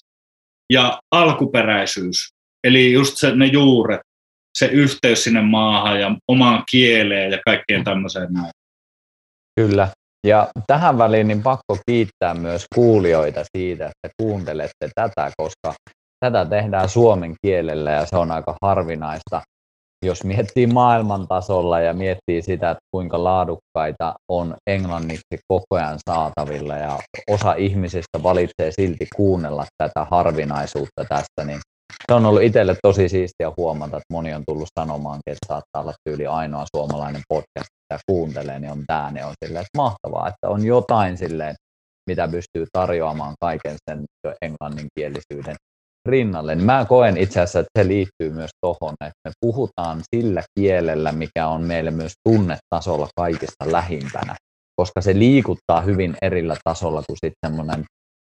ja alkuperäisyys. Eli just ne juuret, se yhteys sinne maahan ja omaan kieleen ja kaikkeen tämmöiseen näin. Kyllä. Ja tähän väliin niin pakko kiittää myös kuulijoita siitä, että kuuntelette tätä, koska tätä tehdään suomen kielellä ja se on aika harvinaista. Jos miettii maailman tasolla ja miettii sitä, että kuinka laadukkaita on englanniksi koko ajan saatavilla ja osa ihmisistä valitsee silti kuunnella tätä harvinaisuutta tästä, niin se on ollut itselle tosi siistiä huomata, että moni on tullut sanomaan, että saattaa olla tyyli ainoa suomalainen podcast, mitä kuuntelee, niin on tämä, niin on silleen, että mahtavaa, että on jotain silleen, mitä pystyy tarjoamaan kaiken sen englanninkielisyyden rinnalle. Niin mä koen itse asiassa, että se liittyy myös tohon, että me puhutaan sillä kielellä, mikä on meille myös tunnetasolla kaikista lähimpänä, koska se liikuttaa hyvin erillä tasolla kuin sitten semmoinen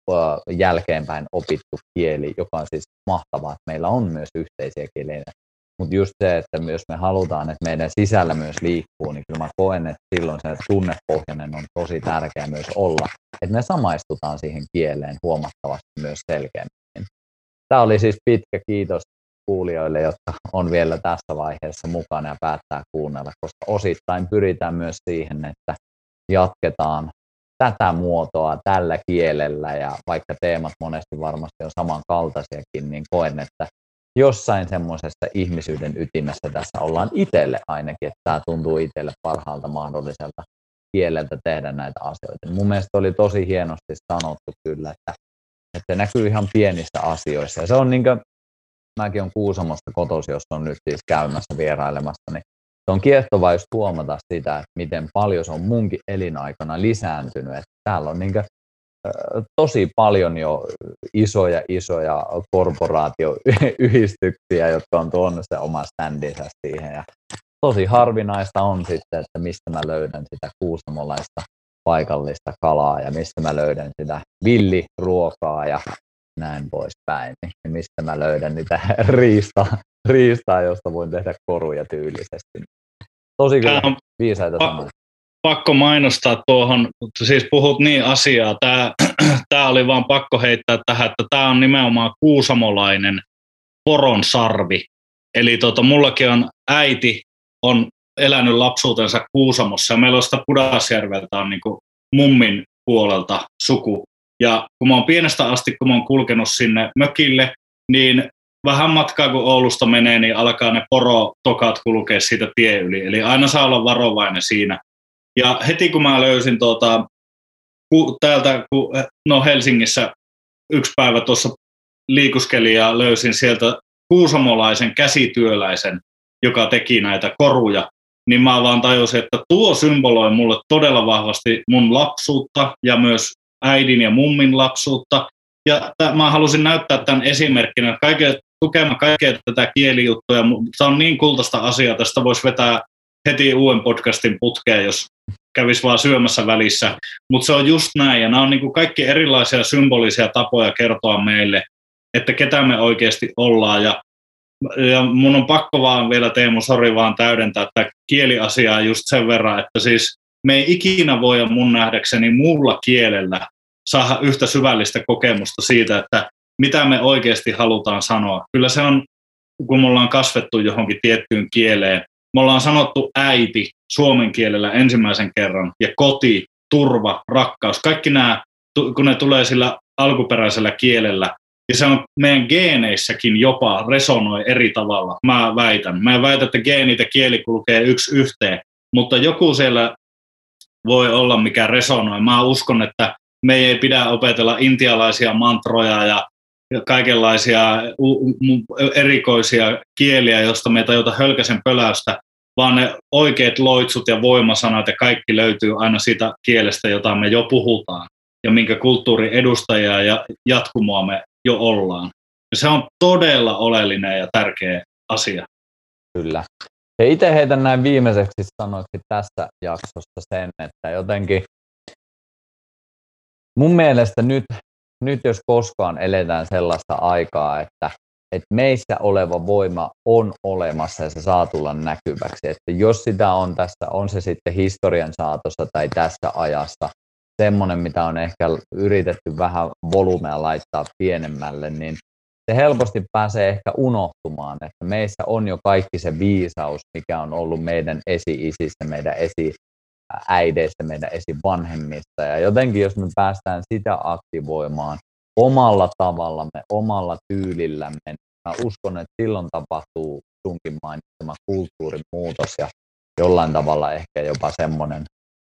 jälkeenpäin opittu kieli, joka on siis mahtavaa, että meillä on myös yhteisiä kieliä. Mutta just se, että jos me halutaan, että meidän sisällä myös liikkuu, niin kyllä mä koen, että silloin se tunnepohjainen on tosi tärkeää myös olla, että me samaistutaan siihen kieleen huomattavasti myös selkeämmin. Tämä oli siis pitkä kiitos kuulijoille, jotka on vielä tässä vaiheessa mukana ja päättää kuunnella, koska osittain pyritään myös siihen, että jatketaan tätä muotoa tällä kielellä ja vaikka teemat monesti varmasti on samankaltaisiakin, niin koen, että jossain semmoisessa ihmisyyden ytimessä tässä ollaan itselle ainakin, että tämä tuntuu itselle parhaalta mahdolliselta kieleltä tehdä näitä asioita. Mun mielestä oli tosi hienosti sanottu kyllä, että se näkyy ihan pienissä asioissa ja se on niin kuin, mäkin olen Kuusamosta kotoisin, jossa on nyt siis käymässä vierailemassa, niin se on kiehtovaa just huomata sitä, että miten paljon se on munkin elinaikana lisääntynyt. Että täällä on niin kuin, tosi paljon jo isoja korporaatioyhdistyksiä, jotka on tuonut se oma standinsa siihen. Ja tosi harvinaista on sitten, että mistä mä löydän sitä kuusamolaista paikallista kalaa ja mistä mä löydän sitä villiruokaa ja näin poispäin. Ja mistä mä löydän niitä riistaa, josta voin tehdä koruja tyylisesti. Tosi kyllä viisaita sanoja. Pakko mainostaa tuohon, siis puhut niin asiaa, tämä oli vaan pakko heittää tähän, että tämä on nimenomaan kuusamolainen poronsarvi. Eli mullakin on äiti, on elänyt lapsuutensa Kuusamossa ja meillä on sitä Pudasjärveltä on niin kuin mummin puolelta suku. Ja kun mä oon pienestä asti, kun mä oon kulkenut sinne mökille, niin vähän matkaa kun Oulusta menee, niin alkaa ne porotokat kulkea siitä tie yli. Eli aina saa olla varovainen siinä. Ja heti kun mä löysin täältä, Helsingissä yksi päivä tuossa liikuskelin ja löysin sieltä kuusamolaisen käsityöläisen, joka teki näitä koruja, niin mä vaan tajusin, että tuo symboloi mulle todella vahvasti mun lapsuutta ja myös äidin ja mummin lapsuutta. Ja mä halusin näyttää tämän esimerkkinä, tukemaan kaikkea tätä kielijuttua. Tämä on niin kultaista asiaa, tästä voisi vetää heti uuden podcastin putkeen, jos kävisi vaan syömässä välissä. Mutta se on just näin, ja nämä on niin kuin kaikki erilaisia symbolisia tapoja kertoa meille että ketä me oikeasti ollaan. Ja mun on pakko vaan vielä, Teemu, sori vaan täydentää tätä kieliasiaa just sen verran, että siis me ei ikinä voida mun nähdäkseni muulla kielellä saada yhtä syvällistä kokemusta siitä, että mitä me oikeasti halutaan sanoa. Kyllä se on, kun me ollaan kasvettu johonkin tiettyyn kieleen, me ollaan sanottu äiti suomen kielellä ensimmäisen kerran, ja koti, turva, rakkaus, kaikki nämä, kun ne tulee sillä alkuperäisellä kielellä, ja se on meidän geeneissäkin jopa resonoi eri tavalla, mä väitän, että geenit ja kieli kulkee yksi yhteen, mutta joku siellä voi olla, mikä resonoi. Mä uskon, että me ei pidä opetella intialaisia mantroja ja kaikenlaisia erikoisia kieliä, josta me ei tajuta hölkäsen pöläystä, vaan ne oikeat loitsut ja voimasanat ja kaikki löytyy aina siitä kielestä, jota me jo puhutaan ja minkä kulttuurin edustajia ja jatkumoa me jo ollaan. Ja se on todella oleellinen ja tärkeä asia. Kyllä. Ja itse heitän näin viimeiseksi sanoiksi tässä jaksossa sen, että jotenkin mun mielestä nyt jos koskaan eletään sellaista aikaa, että meissä oleva voima on olemassa ja se saa tulla näkyväksi. Että jos sitä on tässä, on se sitten historian saatossa tai tässä ajassa, semmoinen, mitä on ehkä yritetty vähän volyymea laittaa pienemmälle, niin se helposti pääsee ehkä unohtumaan, että meissä on jo kaikki se viisaus, mikä on ollut meidän esi-isistä, meidän esi-äideistä, meidän esivanhemmista. Ja jotenkin, jos me päästään sitä aktivoimaan omalla tavallamme, omalla tyylillämme, niin mä uskon, että silloin tapahtuu sunkin mainitsema kulttuurimuutos ja jollain tavalla ehkä jopa semmoinen,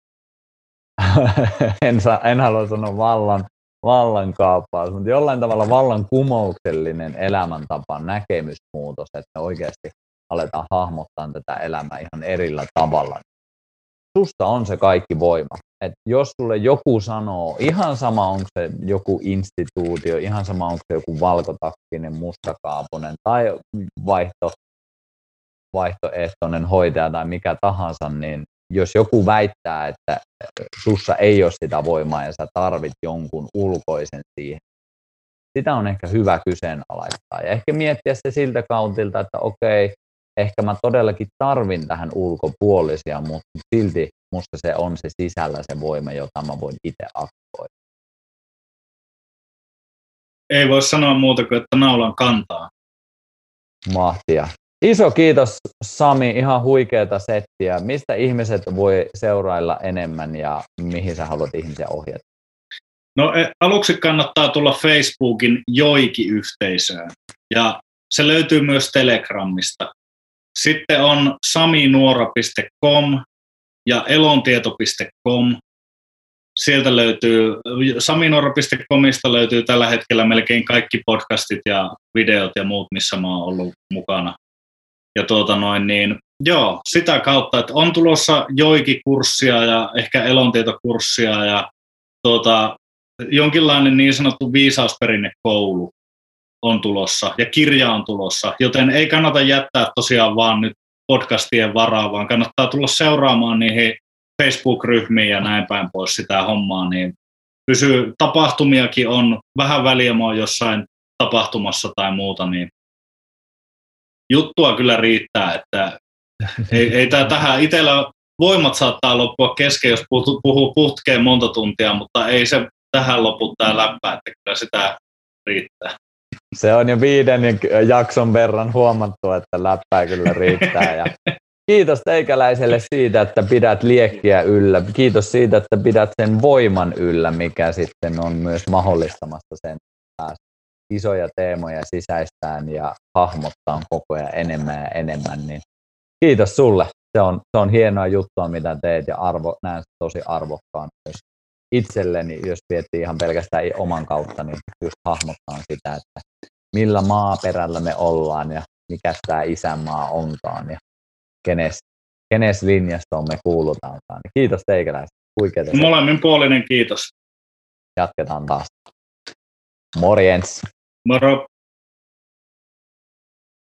en halua sanoa vallankaappaus, mutta jollain tavalla vallankumouksellinen elämäntapa, näkemysmuutos, että me oikeasti aletaan hahmottaa tätä elämää ihan erillä tavalla. Susta on se kaikki voima. Et jos sulle joku sanoo, ihan sama onko se joku instituutio, ihan sama onko se joku valkotakkinen, mustakaapunen tai vaihtoehtoinen hoitaja tai mikä tahansa, niin jos joku väittää, että sussa ei ole sitä voimaa ja sä tarvit jonkun ulkoisen siihen, sitä on ehkä hyvä kyseenalaistaa. Ja ehkä miettiä se siltä kautilta, että okei, ehkä mä todellakin tarvin tähän ulkopuolisia, mutta silti musta se on se sisällä se voima, jota mä voin itse aktivoida. Ei voi sanoa muuta kuin, että naulan kantaa. Mahtia. Iso kiitos, Sami, ihan huikeata settiä. Mistä ihmiset voi seurailla enemmän ja mihin sä haluat ihmisiä ohjata? No aluksi kannattaa tulla Facebookin Joiki-yhteisöön ja se löytyy myös Telegramista. Sitten on saminuora.com ja elontieto.com. Sieltä löytyy, saminuora.comista löytyy tällä hetkellä melkein kaikki podcastit ja videot ja muut, missä mä oon ollut mukana. Ja sitä kautta, että on tulossa joikikurssia ja ehkä elontietokurssia ja jonkinlainen niin sanottu viisausperinnekoulu on tulossa ja kirja on tulossa, joten ei kannata jättää tosiaan vaan nyt podcastien varaa, vaan kannattaa tulla seuraamaan niihin Facebook-ryhmiin ja näin päin pois sitä hommaa, niin tapahtumiakin on, vähän väliä mä oon jossain tapahtumassa tai muuta, niin juttua kyllä riittää, että ei tää tähän, itsellä voimat saattaa loppua kesken, jos puhuu putkeen monta tuntia, mutta ei se tähän lopu tää läppä, että kyllä sitä riittää. Se on jo 5. jakson verran huomattu, että läppää kyllä riittää. Ja kiitos teikäläiselle siitä, että pidät liekkiä yllä. Kiitos siitä, että pidät sen voiman yllä, mikä sitten on myös mahdollistamassa sen isoja teemoja sisäistään ja hahmottaa koko ajan enemmän ja enemmän. Niin kiitos sulle. Se on hienoa juttua, mitä teet ja näen tosi arvokkaan myös itselleni, jos miettii ihan pelkästään oman kautta, niin just hahmottaa sitä, että millä maaperällä me ollaan ja mikä tämä isänmaa onkaan ja kenes linjastoon me kuulutaankaan. Kiitos teikäläistä. Molemminpuolinen kiitos. Jatketaan taas. Morjens. Moro.